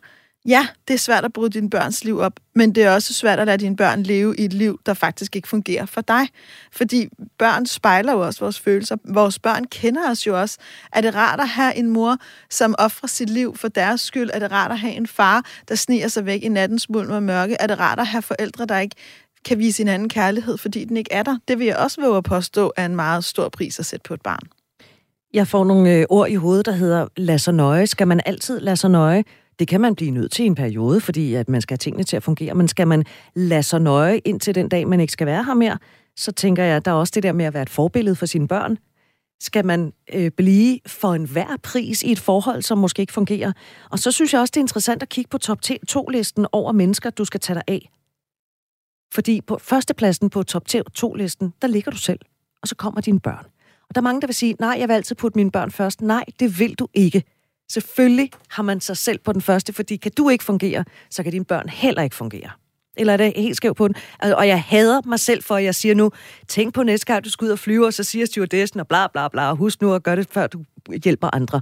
Ja, det er svært at bryde dine børns liv op, men det er også svært at lade dine børn leve i et liv, der faktisk ikke fungerer for dig. Fordi børn spejler jo også vores følelser. Vores børn kender os jo også. Er det rart at have en mor, som ofrer sit liv for deres skyld? Er det rart at have en far, der sniger sig væk i nattens mulm og mørke? Er det rart at have forældre, der ikke kan vise hinanden kærlighed, fordi den ikke er der? Det vil jeg også våge at påstå er en meget stor pris at sætte på et barn. Jeg får nogle ord i hovedet, der hedder lad sig nøje. Skal man altid lade sig nøje? Det kan man blive nødt til i en periode, fordi at man skal have tingene til at fungere. Men skal man lade sig nøje indtil den dag, man ikke skal være her mere, så tænker jeg, at der er også det der med at være et forbillede for sine børn. Skal man blive for enhver pris i et forhold, som måske ikke fungerer? Og så synes jeg også, det er interessant at kigge på top 2-listen over mennesker, du skal tage dig af. Fordi på førstepladsen på top 2-listen, der ligger du selv, og så kommer dine børn. Og der er mange, der vil sige, nej, jeg vil altid putte mine børn først. Nej, det vil du ikke. Selvfølgelig har man sig selv på den første, fordi kan du ikke fungere, så kan dine børn heller ikke fungere. Eller er det helt skævt på den? Og jeg hader mig selv for, at jeg siger nu, tænk på næste gang, du skal ud og flyve, og så siger stewardessen og bla bla bla, og husk nu at gøre det, før du hjælper andre.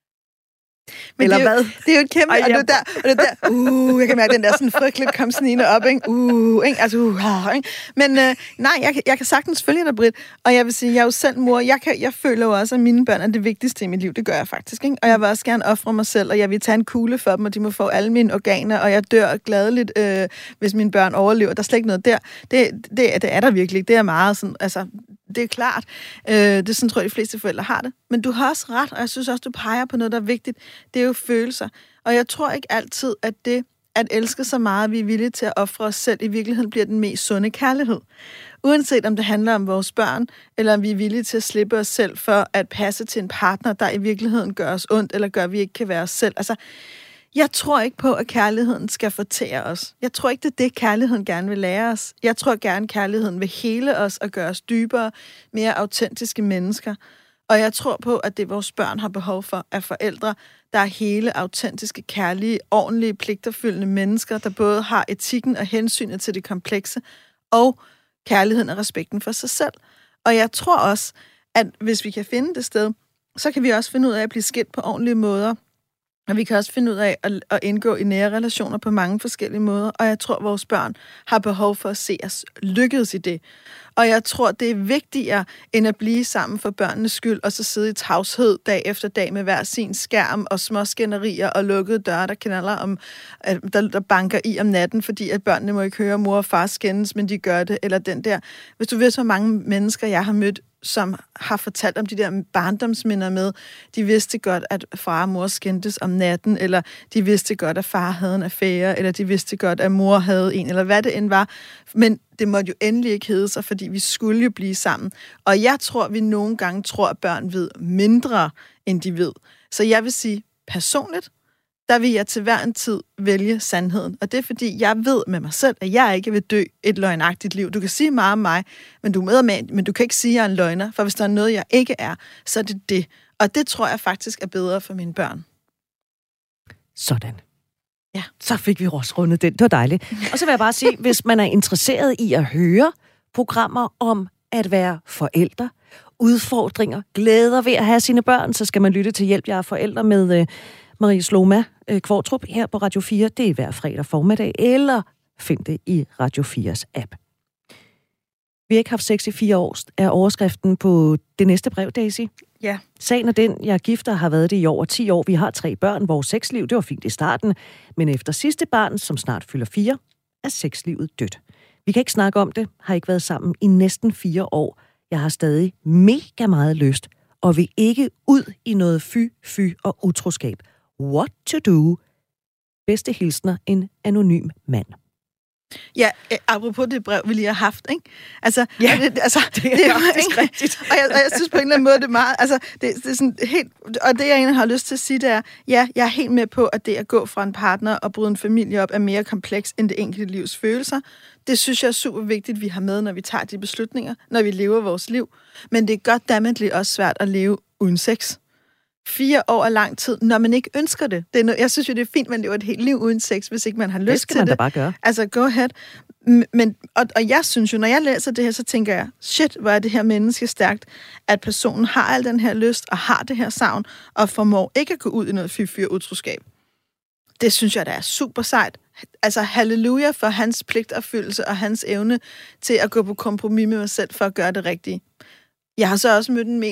Men eller det er, hvad? Det er jo et kæmpe, og det er der, jeg kan mærke, den der sådan frygteligt kom snigende op, ikke? Ikke? Altså, ikke? Men nej, jeg kan sagtens følge dig, Britt, og jeg vil sige, jeg er jo selv mor, jeg føler jo også, at mine børn er det vigtigste i mit liv, det gør jeg faktisk, ikke? Og jeg vil også gerne ofre mig selv, og jeg vil tage en kugle for dem, og de må få alle mine organer, og jeg dør gladeligt, hvis mine børn overlever. Der er slet ikke noget der. Det er der virkelig, det er meget sådan, altså, det er klart. Det er sådan, tror jeg, de fleste forældre har det. Men du har også ret, og jeg synes også, du peger på noget, der er vigtigt. Det er jo følelser. Og jeg tror ikke altid, at det at elske så meget, at vi er villige til at ofre os selv, i virkeligheden bliver den mest sunde kærlighed. Uanset om det handler om vores børn, eller om vi er villige til at slippe os selv for at passe til en partner, der i virkeligheden gør os ondt, eller gør, at vi ikke kan være os selv. Altså, jeg tror ikke på, at kærligheden skal fortære os. Jeg tror ikke, det er det, kærligheden gerne vil lære os. Jeg tror gerne, kærligheden vil hele os og gøre os dybere, mere autentiske mennesker. Og jeg tror på, at det vores børn har behov for, er forældre, der er hele, autentiske, kærlige, ordentlige, pligterfyldende mennesker, der både har etikken og hensynet til det komplekse, og kærligheden og respekten for sig selv. Og jeg tror også, at hvis vi kan finde det sted, så kan vi også finde ud af at blive skilt på ordentlige måder. Og vi kan også finde ud af at indgå i nære relationer på mange forskellige måder. Og jeg tror, at vores børn har behov for at se os lykkedes i det. Og jeg tror, det er vigtigere, end at blive sammen for børnenes skyld, og så sidde i tavshed dag efter dag med hver sin skærm og små skænderier og lukkede døre, der knaller der banker i om natten, fordi at børnene må ikke høre mor og far skændes, men de gør det. Eller den der. Hvis du ved, så mange mennesker, jeg har mødt, som har fortalt om de der barndomsminder med, de vidste godt, at far og mor skændtes om natten, eller de vidste godt, at far havde en affære, eller de vidste godt, at mor havde en, eller hvad det end var. Men det måtte jo endelig ikke hedde sig, fordi vi skulle jo blive sammen. Og jeg tror, vi nogle gange tror, at børn ved mindre, end de ved. Så jeg vil sige, personligt, der vil jeg til hver en tid vælge sandheden. Og det er, fordi jeg ved med mig selv, at jeg ikke vil dø et løgnagtigt liv. Du kan sige meget om mig, men du kan ikke sige, at jeg er en løgner. For hvis der er noget, jeg ikke er, så er det det. Og det tror jeg faktisk er bedre for mine børn. Sådan. Ja. Så fik vi også rundet den. Det var dejligt. Og så vil jeg bare sige, hvis man er interesseret i at høre programmer om at være forældre, udfordringer, glæder ved at have sine børn, så skal man lytte til Hjælp, jeg er forældre med Marie Sloma Kvartrup her på Radio 4. Det er hver fredag formiddag, eller find det i Radio 4's app. Vi har ikke haft sex i 4 år, er overskriften på det næste brev, Daisy. Ja. Sagen er den, jeg er gift og har været det i over 10 år. Vi har 3 børn. Vores sexliv, det var fint i starten. Men efter sidste barn, som snart fylder 4, er sexlivet dødt. Vi kan ikke snakke om det, har ikke været sammen i næsten 4 år. Jeg har stadig mega meget lyst, og vil ikke ud i noget fy og utroskab. What to do? Bedste hilsner, en anonym mand. Ja, apropos det brev, vi lige har haft, ikke? Altså, ja, det er faktisk rigtigt. Og jeg synes på en eller anden måde, det er meget, altså, det er sådan helt, og det jeg egentlig har lyst til at sige, det er, ja, jeg er helt med på, at det at gå fra en partner og bryde en familie op er mere kompleks end det enkelte livs følelser. Det synes jeg er super vigtigt, vi har med, når vi tager de beslutninger, når vi lever vores liv. Men det er goddammit også svært at leve uden sex. 4 år er lang tid, når man ikke ønsker det. Jeg synes jo, det er fint, man lever et helt liv uden sex, hvis ikke man har lyst til det. Det skal man da bare gøre. Altså, go ahead. Men, og jeg synes jo, når jeg læser det her, så tænker jeg, shit, hvor er det her menneske stærkt, at personen har al den her lyst, og har det her savn, og formår ikke at gå ud i noget fy utroskab. Det synes jeg, der er super sejt. Altså, halleluja for hans pligtopfyldelse og hans evne til at gå på kompromis med mig selv for at gøre det rigtige. Jeg har så også mødt en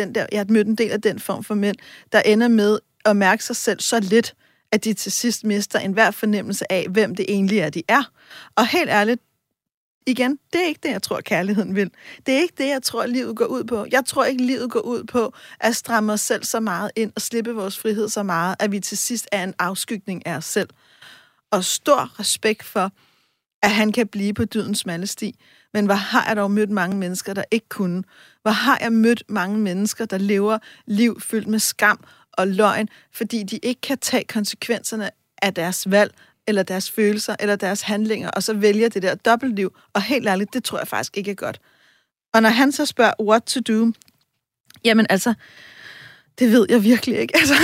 del af den form for mænd, der ender med at mærke sig selv så lidt, at de til sidst mister enhver fornemmelse af, hvem det egentlig er, de er. Og helt ærligt, igen, det er ikke det, jeg tror, kærligheden vil. Det er ikke det, jeg tror, livet går ud på. Jeg tror ikke, livet går ud på at stramme os selv så meget ind og slippe vores frihed så meget, at vi til sidst er en afskygning af os selv. Og stor respekt for, at han kan blive på dydens smalle sti. Men hvor har jeg dog mødt mange mennesker, der ikke kunne? Hvor har jeg mødt mange mennesker, der lever liv fyldt med skam og løgn, fordi de ikke kan tage konsekvenserne af deres valg, eller deres følelser, eller deres handlinger, og så vælger det der dobbeltliv. Og helt ærligt, det tror jeg faktisk ikke er godt. Og når han så spørger, what to do, jamen altså, det ved jeg virkelig ikke. Altså,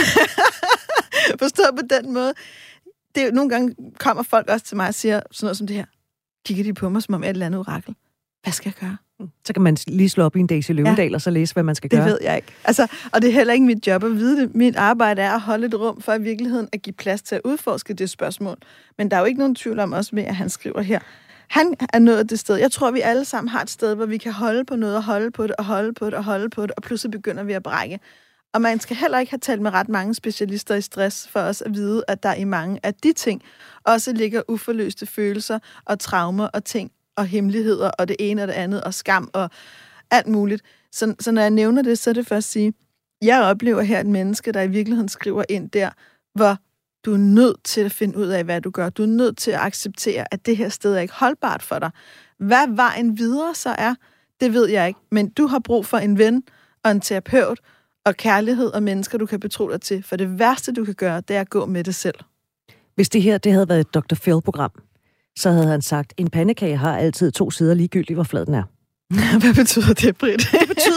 forstået på den måde. Det er jo, nogle gange kommer folk også til mig og siger sådan noget som det her. Kigger de på mig, som om jeg er et eller andet orakel. Hvad skal jeg gøre? Så kan man lige slå op i en Daisy Løvendal, og så læse, hvad man skal gøre. Det ved jeg ikke. Altså, og det er heller ikke mit job at vide det. Mit arbejde er at holde et rum for i virkeligheden at give plads til at udforske det spørgsmål. Men der er jo ikke nogen tvivl om også med, at han skriver her. Han er nået det sted. Jeg tror, vi alle sammen har et sted, hvor vi kan holde på noget, og holde på det, og holde på det, og holde på det, og pludselig begynder vi at brække. Og man skal heller ikke have talt med ret mange specialister i stress for os at vide, at der i mange af de ting også ligger uforløste følelser og traumer og ting og hemmeligheder og det ene og det andet og skam og alt muligt. Så når jeg nævner det, så er det først at sige, jeg oplever her et menneske, der i virkeligheden skriver ind der, hvor du er nødt til at finde ud af, hvad du gør. Du er nødt til at acceptere, at det her sted er ikke holdbart for dig. Hvad vejen videre så er, det ved jeg ikke. Men du har brug for en ven og en terapeut og kærlighed og mennesker, du kan betro dig til. For det værste, du kan gøre, det er at gå med det selv. Hvis det her havde været et Dr. Phil-program, så havde han sagt, en pandekage har altid 2 sider ligegyldigt, hvor flad den er. Hvad betyder det, Britt?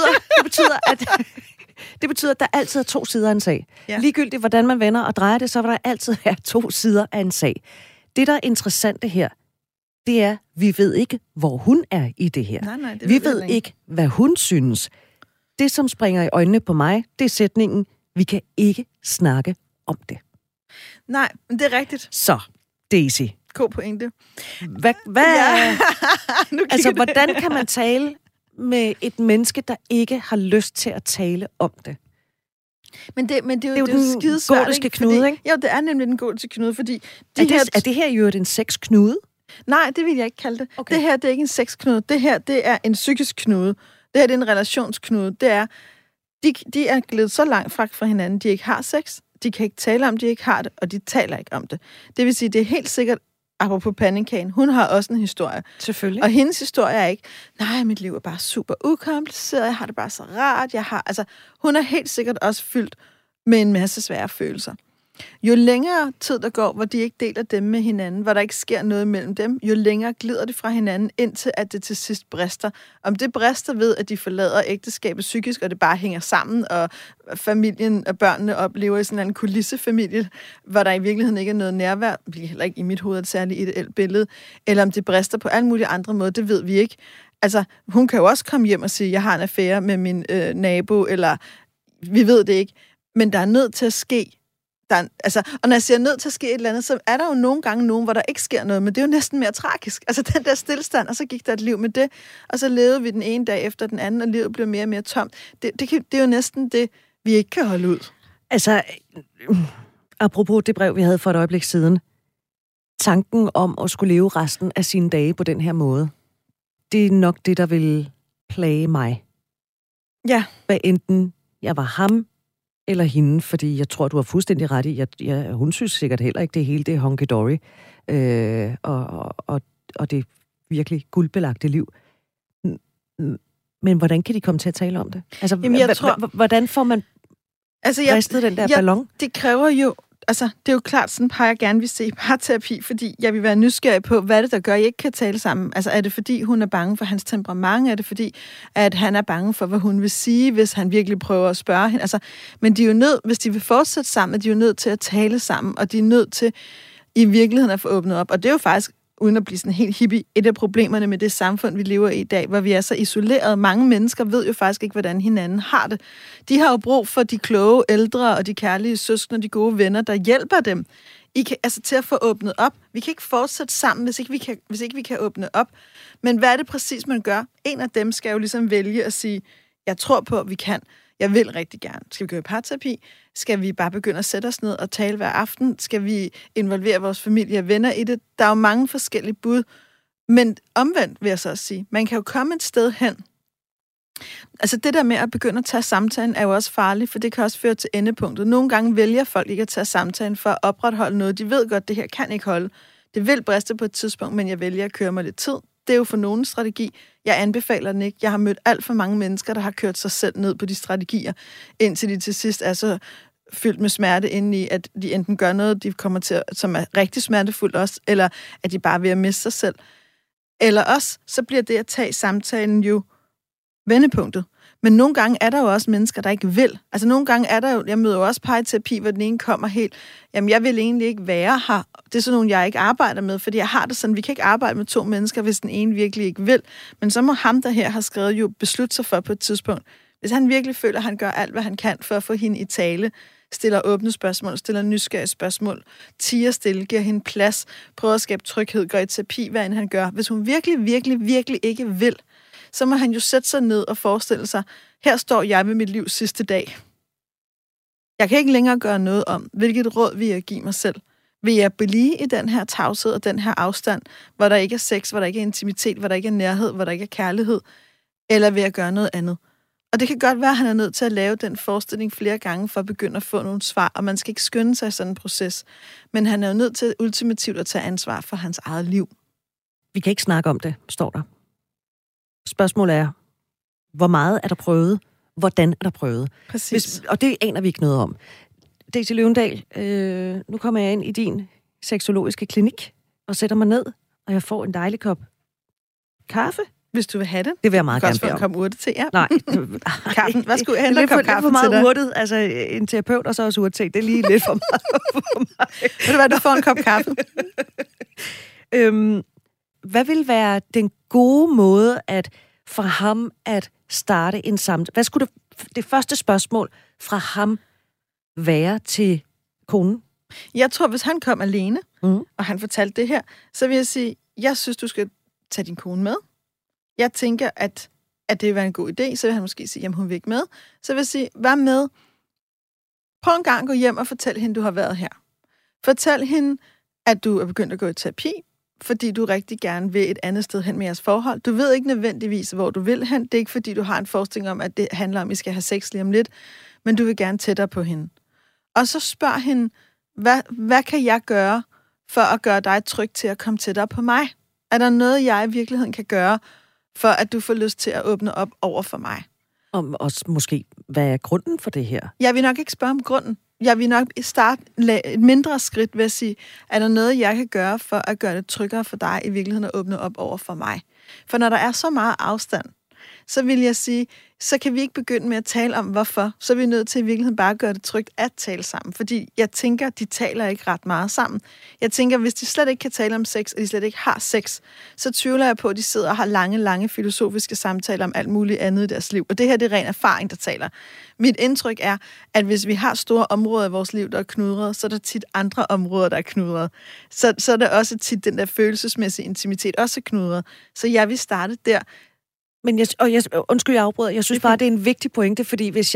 Det betyder, at der altid er 2 sider af en sag. Ja. Ligegyldigt, hvordan man vender og drejer det, så vil der altid være 2 sider af en sag. Det, der er interessante her, det er, vi ved ikke, hvor hun er i det her. Nej, det vi ved ikke, hvad hun synes. Det, som springer i øjnene på mig, det er sætningen, vi kan ikke snakke om det. Nej, men det er rigtigt. Så, Daisy. God pointe. Hvad Ja. altså, hvordan kan man tale med et menneske, der ikke har lyst til at tale om det? Men det er jo den gordiske knude, ikke? Jo, det er nemlig den gordiske knude, fordi... Er det her jo en sexknude? Nej, det vil jeg ikke kalde det. Okay. Det her, det er ikke en sexknude. Det her, det er en psykisk knude. Det her, det er en relationsknude. Det er, de er glædet så langt fra hinanden, de ikke har sex. De kan ikke tale om, de ikke har det, og de taler ikke om det. Det vil sige, det er helt sikkert, apropos pandekagen, hun har også en historie. Selvfølgelig. Og hendes historie er ikke, nej, mit liv er bare super ukompliceret, jeg har det bare så rart, hun er helt sikkert også fyldt med en masse svære følelser. Jo længere tid der går, hvor de ikke deler dem med hinanden, hvor der ikke sker noget mellem dem, jo længere glider de fra hinanden, indtil at det til sidst brister. Om det brister ved, at de forlader ægteskabet psykisk, og det bare hænger sammen, og familien og børnene oplever i sådan en kulissefamilie, hvor der i virkeligheden ikke er noget nærvær, heller ikke i mit hoved et særligt ideelt billede, eller om det brister på alle mulige andre måder, det ved vi ikke. Altså, hun kan jo også komme hjem og sige, jeg har en affære med min nabo, eller vi ved det ikke, men der er nødt til at ske. Og når jeg siger nødt til at ske et eller andet, så er der jo nogle gange nogen, hvor der ikke sker noget, men det er jo næsten mere tragisk. Altså den der stillestand, og så gik der et liv med det, og så levede vi den ene dag efter den anden, og livet blev mere og mere tomt. Det er jo næsten det, vi ikke kan holde ud. Altså, apropos det brev, vi havde for et øjeblik siden, tanken om at skulle leve resten af sine dage på den her måde, det er nok det, der vil plage mig. Ja. Hvad enten jeg var ham, eller hende, fordi jeg tror, du har fuldstændig ret i, hun synes sikkert heller ikke, det hele det er honky-dory, og det virkelig guldbelagte liv. Men hvordan kan de komme til at tale om det? Altså, hvordan får man bristet den der ballon? Det kræver jo, altså, det er jo klart, sådan par jeg gerne vil se parterapi, fordi jeg vil være nysgerrig på, hvad det der gør, at I ikke kan tale sammen. Altså, er det fordi, hun er bange for hans temperament? Er det fordi, at han er bange for, hvad hun vil sige, hvis han virkelig prøver at spørge hende? Altså, men de er jo nødt, hvis de vil fortsætte sammen, er de jo nødt til at tale sammen, og de er nødt til i virkeligheden at få åbnet op. Og det er jo faktisk, uden at blive sådan helt hippie, et af problemerne med det samfund, vi lever i dag, hvor vi er så isoleret. Mange mennesker ved jo faktisk ikke, hvordan hinanden har det. De har jo brug for de kloge ældre og de kærlige søskende og de gode venner, der hjælper dem til at få åbnet op. Vi kan ikke fortsætte sammen, hvis ikke vi kan åbne op. Men hvad er det præcis, man gør? En af dem skal jo ligesom vælge at sige, jeg tror på, at vi kan. Jeg vil rigtig gerne. Skal vi gå i parterapi? Skal vi bare begynde at sætte os ned og tale hver aften? Skal vi involvere vores familie og venner i det? Der er jo mange forskellige bud. Men omvendt vil jeg så også sige, man kan jo komme et sted hen. Altså det der med at begynde at tage samtalen er jo også farligt, for det kan også føre til endepunktet. Nogle gange vælger folk ikke at tage samtalen for at opretholde noget. De ved godt, det her kan ikke holde. Det vil briste på et tidspunkt, men jeg vælger at køre mig lidt tid. Det er jo for nogen strategi. Jeg anbefaler den ikke. Jeg har mødt alt for mange mennesker, der har kørt sig selv ned på de strategier, indtil de til sidst er så fyldt med smerte indeni, at de enten gør noget, de kommer til, som er rigtig smertefuldt også, eller at de bare er ved at miste sig selv. Eller også, så bliver det at tage samtalen jo vendepunktet. Men nogle gange er der jo også mennesker, der ikke vil. Altså nogle gange er der jo, jeg møder jo også parterapi, hvor den ene kommer helt, jamen jeg vil egentlig ikke være her. Det er sådan nogle, jeg ikke arbejder med, fordi jeg har det sådan, vi kan ikke arbejde med to mennesker, hvis den ene virkelig ikke vil. Men så må ham, der her har skrevet, jo beslutte sig for på et tidspunkt. Hvis han virkelig føler, at han gør alt, hvad han kan for at få hende i tale, stiller åbne spørgsmål, stiller nysgerrige spørgsmål, tiger stille, giver hende plads, prøver at skabe tryghed, går i terapi, hvad end han gør. Hvis hun virkelig ikke vil, så må han jo sætte sig ned og forestille sig, her står jeg ved mit livs sidste dag. Jeg kan ikke længere gøre noget om, hvilket råd vil jeg give mig selv. Vil jeg blive i den her tavshed og den her afstand, hvor der ikke er sex, hvor der ikke er intimitet, hvor der ikke er nærhed, hvor der ikke er kærlighed, eller vil jeg gøre noget andet? Og det kan godt være, at han er nødt til at lave den forestilling flere gange for at begynde at få nogle svar, og man skal ikke skynde sig i sådan en proces. Men han er jo nødt til ultimativt at tage ansvar for hans eget liv. Vi kan ikke snakke om det, står der. Spørgsmålet er, hvor meget er der prøvet? Hvordan er der prøvet? Præcis. Og det aner vi ikke noget om. Daisy Løvendal, nu kommer jeg ind i din seksologiske klinik og sætter mig ned, og jeg får en dejlig kop kaffe. Hvis du vil have det. Det vil jeg meget gerne bede om. Kom urte til, ja. Nej. Kaffen. Hvad skulle jeg hente en kop kaffe til dig? Det er for meget urtet. Altså, en terapeut og så også urte. Det er lige lidt for meget for mig. Ved du hvad, du får en kop kaffe. Hvad vil være den gode måde for ham at starte en samtale? Hvad skulle det første spørgsmål fra ham være til konen? Jeg tror, hvis han kom alene, og han fortalte det her, så vil jeg sige, jeg synes, du skal tage din kone med. Jeg tænker, at det vil være en god idé. Så vil han måske sige, jamen hun vil ikke med. Så vil jeg sige, vær med. Prøv en gang at gå hjem og fortæl hende, du har været her. Fortæl hende, at du er begyndt at gå i terapi, fordi du rigtig gerne vil et andet sted hen med jeres forhold. Du ved ikke nødvendigvis, hvor du vil hen. Det er ikke, fordi du har en forestilling om, at det handler om, at I skal have sex lige om lidt, men du vil gerne tættere på hende. Og så spørg hende, hvad kan jeg gøre for at gøre dig tryg til at komme tættere på mig? Er der noget, jeg i virkeligheden kan gøre, for at du får lyst til at åbne op over for mig? Og også måske, hvad er grunden for det her? Jeg vil nok ikke spørge om grunden. Jeg vil nok starte et mindre skridt ved at sige, er der noget, jeg kan gøre for at gøre det tryggere for dig i virkeligheden at åbne op over for mig? For når der er så meget afstand, så vil jeg sige, så kan vi ikke begynde med at tale om, hvorfor. Så er vi nødt til i virkeligheden bare at gøre det trygt at tale sammen. Fordi jeg tænker, de taler ikke ret meget sammen. Jeg tænker, hvis de slet ikke kan tale om sex, og de slet ikke har sex, så tvivler jeg på, at de sidder og har lange filosofiske samtaler om alt muligt andet i deres liv. Og det her, det er ren erfaring, der taler. Mit indtryk er, at hvis vi har store områder i vores liv, der er knudret, så er der tit andre områder, der er knudret. Så er der også tit den der følelsesmæssige intimitet også knudret. Så jeg vil starte der. Men undskyld, jeg afbryder. Jeg synes bare, det er en vigtig pointe, fordi hvis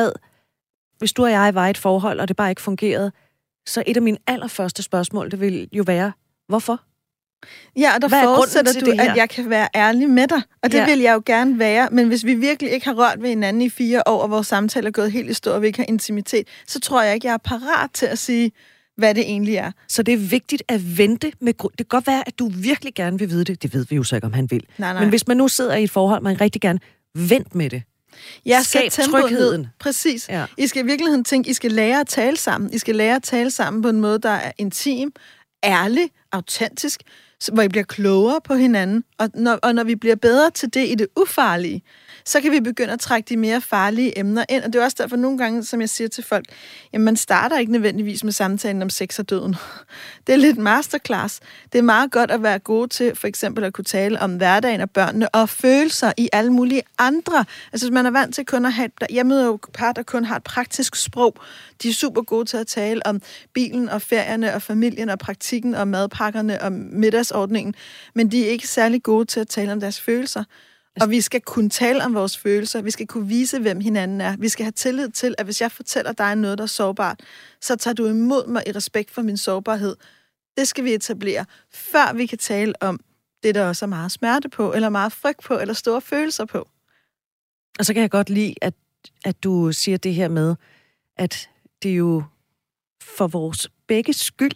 du og jeg var i et forhold, og det bare ikke fungerede, så et af mine allerførste spørgsmål, det vil jo være, hvorfor? Ja, og der forudsætter du, at jeg kan være ærlig med dig, og det vil jeg jo gerne være, men hvis vi virkelig ikke har rørt ved hinanden i 4 år, og vores samtale er gået helt i stå, og vi ikke har intimitet, så tror jeg ikke, jeg er parat til at sige, hvad det egentlig er. Så det er vigtigt at vente med grund. Det kan godt være, at du virkelig gerne vil vide det. Det ved vi jo så ikke, om han vil. Nej. Men hvis man nu sidder i et forhold, man rigtig gerne vent med det. Ja, skab trygheden. Præcis. Ja. I skal i virkeligheden tænke, I skal lære at tale sammen. I skal lære at tale sammen på en måde, der er intim, ærlig, autentisk, hvor I bliver klogere på hinanden, og når vi bliver bedre til det i det ufarlige, så kan vi begynde at trække de mere farlige emner ind. Og det er også derfor nogle gange, som jeg siger til folk, jamen man starter ikke nødvendigvis med samtalen om sex og døden. Det er lidt masterclass. Det er meget godt at være gode til for eksempel at kunne tale om hverdagen og børnene og følelser i alle mulige andre. Altså hvis man er vant til kun at have... Jeg møder jo par, der kun har et praktisk sprog. De er super gode til at tale om bilen og ferierne og familien og praktikken og madpakkerne og middagsordningen, men de er ikke særlig gode til at tale om deres følelser. Og vi skal kunne tale om vores følelser. Vi skal kunne vise, hvem hinanden er. Vi skal have tillid til, at hvis jeg fortæller dig noget, der er sårbart, så tager du imod mig i respekt for min sårbarhed. Det skal vi etablere, før vi kan tale om det, der også er meget smerte på, eller meget frygt på, eller store følelser på. Og så kan jeg godt lide, at du siger det her med, at det er jo for vores begge skyld,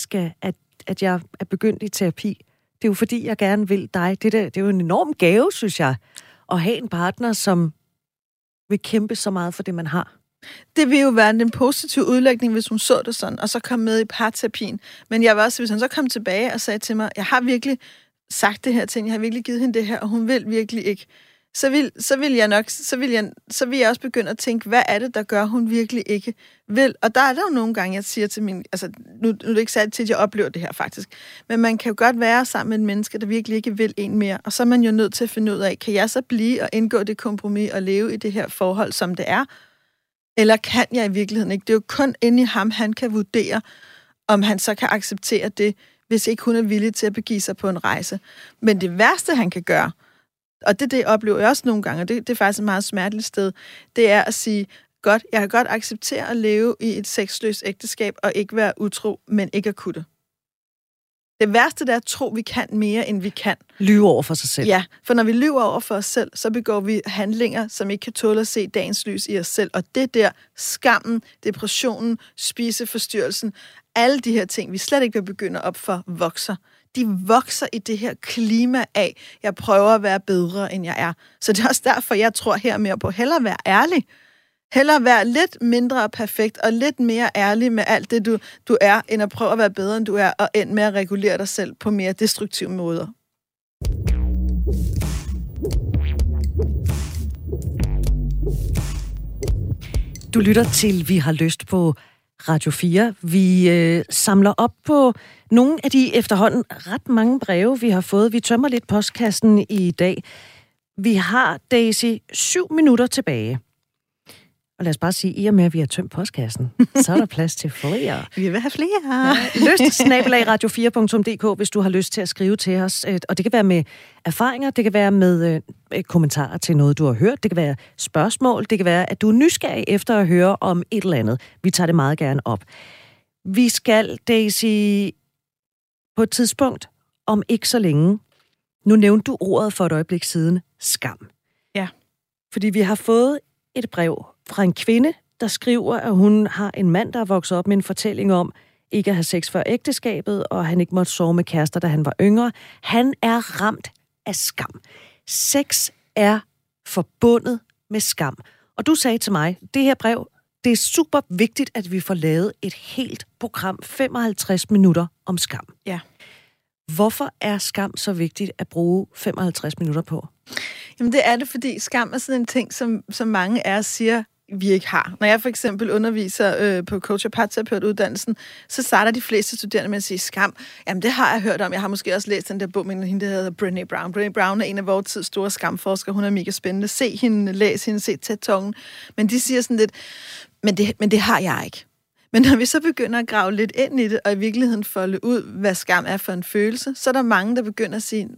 at jeg er begyndt i terapi. Det er jo fordi, jeg gerne vil dig. Det er jo en enorm gave, synes jeg, at have en partner, som vil kæmpe så meget for det, man har. Det vil jo være en positiv udlægning, hvis hun så det sådan, og så kom med i parterapien. Men jeg vil også, hvis han så kom tilbage og sagde til mig, jeg har virkelig sagt det her til hende, jeg har virkelig givet hende det her, og hun vil virkelig ikke. Så vil jeg også begynde at tænke, hvad er det, der gør, hun virkelig ikke vil? Og der er der jo nogle gange, jeg siger til min... Altså, nu er det ikke særligt til, at jeg oplever det her, faktisk. Men man kan jo godt være sammen med en menneske, der virkelig ikke vil en mere. Og så er man jo nødt til at finde ud af, kan jeg så blive og indgå det kompromis og leve i det her forhold, som det er? Eller kan jeg i virkeligheden ikke? Det er jo kun inde i ham, han kan vurdere, om han så kan acceptere det, hvis ikke hun er villig til at begive sig på en rejse. Men det værste, han kan gøre, og det oplever jeg også nogle gange, og det er faktisk et meget smerteligt sted, det er at sige, godt, jeg kan godt acceptere at leve i et sexløst ægteskab og ikke være utro, men ikke at kunne det. Det værste, det er at tro, vi kan mere, end vi kan. Lyve over for sig selv. Ja, for når vi lyver over for os selv, så begår vi handlinger, som ikke kan tåle at se dagens lys i os selv. Og det der, skammen, depressionen, spiseforstyrrelsen, alle de her ting, vi slet ikke vil begynde op for, vokser. De vokser i det her klima af, jeg prøver at være bedre, end jeg er. Så det er også derfor, jeg tror her mere på, hellere være ærlig. Hellere være lidt mindre perfekt og lidt mere ærlig med alt det, du er, end at prøve at være bedre, end du er, og end med at regulere dig selv på mere destruktive måder. Du lytter til Vi har lyst på Radio 4. Vi samler op på nogle af de efterhånden ret mange breve, vi har fået. Vi tømmer lidt postkassen i dag. Vi har, Daisy, 7 minutter tilbage. Og lad os bare sige, i og med, at vi har tømt postkassen, så er der plads til flere. Vi vil have flere. Ja. lyst@radio4.dk, hvis du har lyst til at skrive til os. Og det kan være med erfaringer, det kan være med kommentarer til noget, du har hørt. Det kan være spørgsmål, det kan være, at du er nysgerrig efter at høre om et eller andet. Vi tager det meget gerne op. Vi skal, Daisy, på et tidspunkt, om ikke så længe, nu nævnte du ordet for et øjeblik siden, skam. Ja. Fordi vi har fået et brev fra en kvinde, der skriver, at hun har en mand, der er vokset op med en fortælling om ikke at have sex før ægteskabet, og han ikke måtte sove med kærester, da han var yngre. Han er ramt af skam. Sex er forbundet med skam. Og du sagde til mig, det her brev, det er super vigtigt, at vi får lavet et helt program, 55 minutter om skam. Ja. Hvorfor er skam så vigtigt at bruge 55 minutter på? Jamen det er det, fordi skam er sådan en ting, som mange af os siger, vi ikke har. Når jeg for eksempel underviser på coach- og parterapeutuddannelsen, så starter de fleste studerende med at sige skam. Jamen det har jeg hørt om. Jeg har måske også læst den der bog med hende, der hedder Brené Brown. Brené Brown er en af vores tids store skamforskere. Hun er mega spændende. Se hende, læs hende, se TED-talken. Men de siger sådan lidt, men det har jeg ikke. Men når vi så begynder at grave lidt ind i det, og i virkeligheden folde ud, hvad skam er for en følelse, så er der mange, der begynder at sige,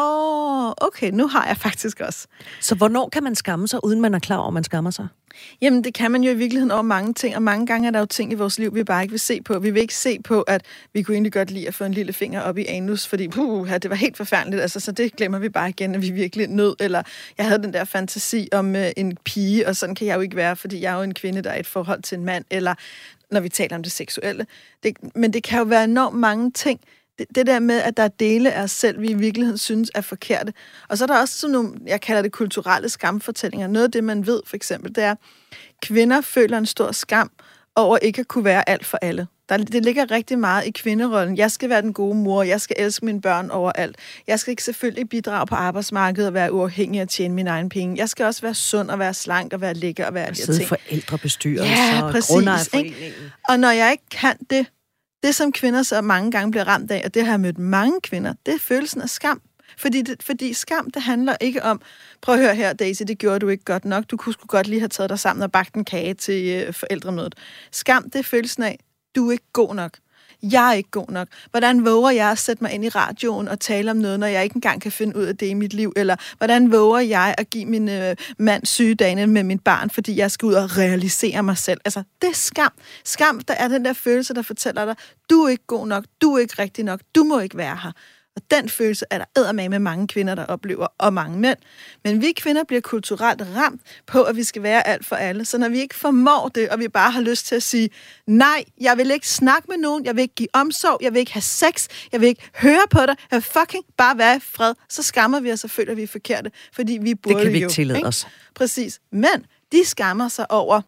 nå, okay, nu har jeg faktisk også. Så hvornår kan man skamme sig, uden man er klar over, at man skammer sig? Jamen, det kan man jo i virkeligheden over mange ting, og mange gange er der jo ting i vores liv, vi bare ikke vil se på. Vi vil ikke se på, at vi kunne egentlig godt lide at få en lille finger op i anus, fordi det var helt forfærdeligt, altså, så det glemmer vi bare igen, at vi virkelig nød, eller jeg havde den der fantasi om en pige, og sådan kan jeg jo ikke være, fordi jeg er jo en kvinde, der er i et forhold til en mand, eller når vi taler om det seksuelle. Men det kan jo være enormt mange ting. Det der med, at der er dele af os selv, vi i virkeligheden synes er forkerte. Og så er der også sådan nogle, jeg kalder det kulturelle skamfortællinger. Noget af det, man ved for eksempel, det er, kvinder føler en stor skam over ikke at kunne være alt for alle. Det ligger rigtig meget i kvinderollen. Jeg skal være den gode mor, jeg skal elske mine børn overalt. Jeg skal ikke selvfølgelig bidrage på arbejdsmarkedet og være uafhængig og tjene mine egne penge. Jeg skal også være sund og være slank og være lækker og være alle de her ting. Forældrebestyrelser og grundejerforeningen. Og når jeg ikke kan det som kvinder så mange gange bliver ramt af, og det har jeg mødt mange kvinder, det er følelsen af skam. Fordi skam, det handler ikke om, prøv at høre her, Daisy, det gjorde du ikke godt nok. Du kunne sgu godt lige have taget dig sammen og bagt en kage til forældremødet. Skam, det er følelsen af, du er ikke god nok. Jeg er ikke god nok. Hvordan våger jeg at sætte mig ind i radioen og tale om noget, når jeg ikke engang kan finde ud af det i mit liv? Eller hvordan våger jeg at give min mand sygedagene med mit barn, fordi jeg skal ud og realisere mig selv? Altså, det er skam. Skam, der er den der følelse, der fortæller dig, du er ikke god nok, du er ikke rigtig nok, du må ikke være her. Og den følelse er der eddermame med mange kvinder, der oplever, og mange mænd. Men vi kvinder bliver kulturelt ramt på, at vi skal være alt for alle. Så når vi ikke formår det, og vi bare har lyst til at sige, nej, jeg vil ikke snakke med nogen, jeg vil ikke give omsorg, jeg vil ikke have sex, jeg vil ikke høre på dig, jeg vil fucking bare være i fred, så skammer vi os og føler, at vi er forkerte, fordi vi burde jo. Det kan vi ikke tillade os. Præcis. Men de skammer sig over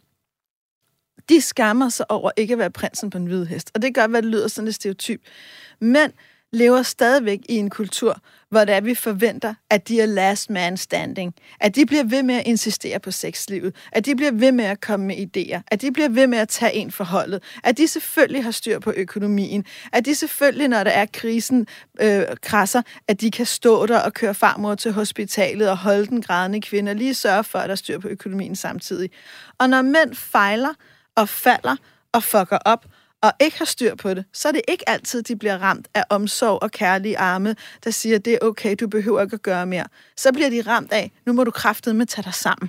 ikke at være prinsen på en hvid hest. Og det gør, hvad det lyder sådan et stereotyp. Men lever stadigvæk i en kultur, hvor det er, vi forventer, at de er last man standing. At de bliver ved med at insistere på sexlivet. At de bliver ved med at komme med idéer. At de bliver ved med at tage ind for holdet. At de selvfølgelig har styr på økonomien. At de selvfølgelig, når der er krisen krasser, at de kan stå der og køre farmor til hospitalet og holde den grædende kvinde og lige sørge for, at der er styr på økonomien samtidig. Og når mænd fejler og falder og fucker op, og ikke har styr på det, så er det ikke altid, de bliver ramt af omsorg og kærlige arme, der siger, det er okay, du behøver ikke at gøre mere. Så bliver de ramt af, nu må du kraftedeme tage dig sammen.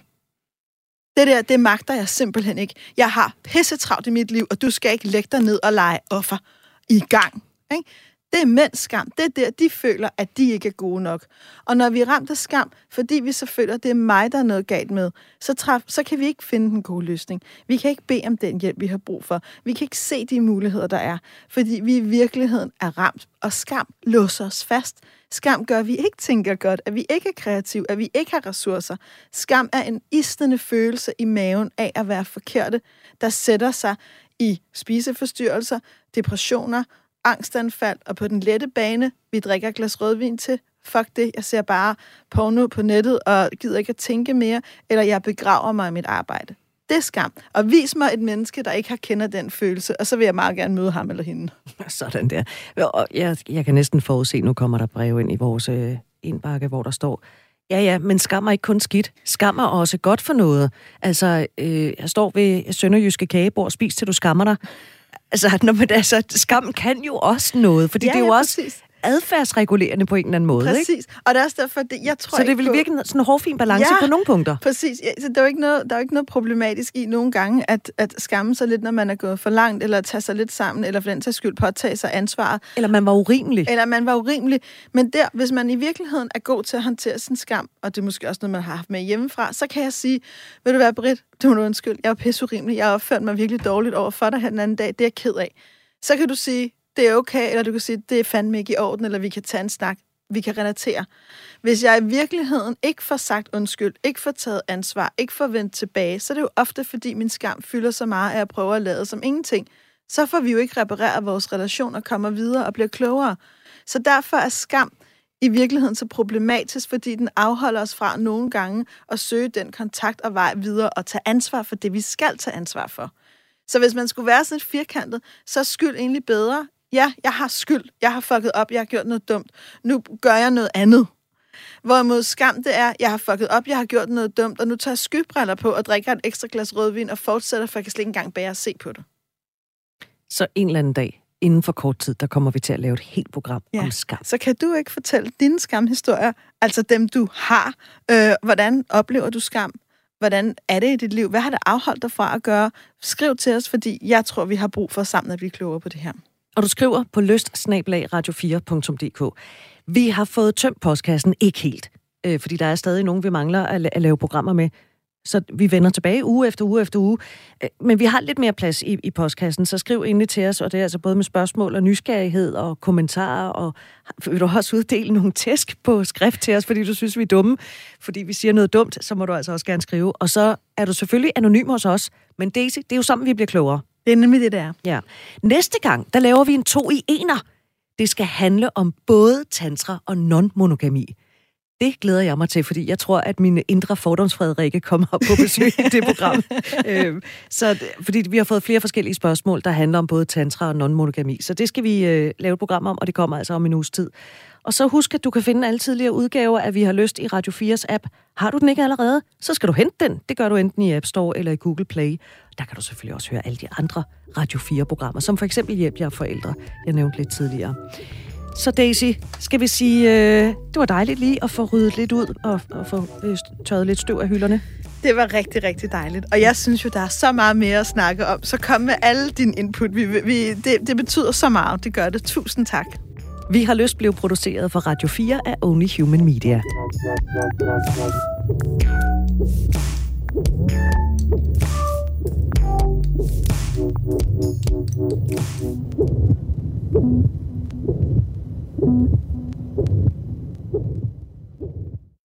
Det magter jeg simpelthen ikke. Jeg har pissetravlt i mit liv, og du skal ikke lægge dig ned og lege offer i gang. Ikke? Det er mænds skam. Det er der, de føler, at de ikke er gode nok. Og når vi er ramt af skam, fordi vi så føler, at det er mig, der er noget galt med, så kan vi ikke finde den gode løsning. Vi kan ikke bede om den hjælp, vi har brug for. Vi kan ikke se de muligheder, der er, fordi vi i virkeligheden er ramt, og skam låser os fast. Skam gør, at vi ikke tænker godt, at vi ikke er kreative, at vi ikke har ressourcer. Skam er en istende følelse i maven af at være forkerte, der sætter sig i spiseforstyrrelser, depressioner, angstanfald, og på den lette bane, vi drikker et glas rødvin til, fuck det, jeg ser bare porno på nettet, og gider ikke at tænke mere, eller jeg begraver mig i mit arbejde. Det er skam. Og vis mig et menneske, der ikke har kender den følelse, og så vil jeg meget gerne møde ham eller hende. Sådan der. Og jeg kan næsten forudse, nu kommer der brev ind i vores indbakke, hvor der står, ja, men skam er ikke kun skidt. Skam er også godt for noget. Altså, jeg står ved sønderjyske kagebord, spis til du skammer dig. Altså, skam kan jo også noget, fordi det er jo også adfærdsregulerende på en eller anden måde. Præcis. Ikke? Og det er også derfor, jeg tror så det vil virke sådan en hårfin balance på nogle punkter. Præcis. Ja, så der er jo ikke noget problematisk i nogle gange, at skamme sig lidt, når man er gået for langt, eller tage sig lidt sammen, eller for den sags skyld påtage sig ansvaret. Eller man var urimelig. Men hvis man i virkeligheden er god til at håndtere sin skam, og det er måske også noget, man har haft med hjemmefra, så kan jeg sige, vil du være Britt, du må undskylde, jeg var pisseurimelig, jeg har opført mig virkelig dårligt over for dig her den anden dag, det er jeg ked af. Så kan du sige, det er okay, eller du kan sige, det er fandme ikke i orden, eller vi kan tage en snak, vi kan relatere. Hvis jeg i virkeligheden ikke får sagt undskyld, ikke får taget ansvar, ikke får vendt tilbage, så er det jo ofte, fordi min skam fylder så meget, at jeg prøver at lade som ingenting. Så får vi jo ikke repareret vores relation og kommer videre og bliver klogere. Så derfor er skam i virkeligheden så problematisk, fordi den afholder os fra nogle gange at søge den kontakt og vej videre og tage ansvar for det, vi skal tage ansvar for. Så hvis man skulle være sådan et firkantet, så er skyld egentlig bedre. Ja, jeg har skyld. Jeg har fucket op. Jeg har gjort noget dumt. Nu gør jeg noget andet. Hvorimod skam, det er, jeg har fucket op. Jeg har gjort noget dumt. Og nu tager jeg skybriller på og drikker et ekstra glas rødvin og fortsætter, for jeg kan slet ikke engang bære at se på det. Så en eller anden dag, inden for kort tid, der kommer vi til at lave et helt program om skam. Så kan du ikke fortælle dine skamhistorier, altså dem du har. Hvordan oplever du skam? Hvordan er det i dit liv? Hvad har det afholdt dig fra at gøre? Skriv til os, fordi jeg tror, vi har brug for sammen at blive klogere på det her. Og du skriver på lyst@radio4.dk. Vi har fået tømt postkassen, ikke helt, fordi der er stadig nogen, vi mangler at lave programmer med. Så vi vender tilbage uge efter uge efter uge. Men vi har lidt mere plads i postkassen, så skriv endelig til os, og det er altså både med spørgsmål og nysgerrighed og kommentarer, og vil du også uddele nogle tæsk på skrift til os, fordi du synes, vi er dumme, fordi vi siger noget dumt, så må du altså også gerne skrive. Og så er du selvfølgelig anonym hos os, men Daisy, det er jo sammen, vi bliver klogere. Det er nemlig det, der. Ja. Næste gang, der laver vi en 2-i-1'er. Det skal handle om både tantra og non-monogami. Det glæder jeg mig til, fordi jeg tror, at min indre fordomsfrederikke kommer op på besøg i det program. Fordi vi har fået flere forskellige spørgsmål, der handler om både tantra og non-monogami. Så det skal vi lave et program om, og det kommer altså om en uges tid. Og så husk, at du kan finde alle tidligere udgaver af Vi har lyst i Radio 4's app. Har du den ikke allerede, så skal du hente den. Det gør du enten i App Store eller i Google Play. Der kan du selvfølgelig også høre alle de andre Radio 4-programmer, som for eksempel Hjælp jer forældre, jeg nævnte lidt tidligere. Så Daisy, skal vi sige, det var dejligt lige at få ryddet lidt ud og få tørret lidt støv af hylderne. Det var rigtig, rigtig dejligt. Og jeg synes jo, der er så meget mere at snakke om. Så kom med alle din input. Det betyder så meget. Det gør det. Tusind tak. Vi har lyst blev produceret for Radio 4 af Only Human Media.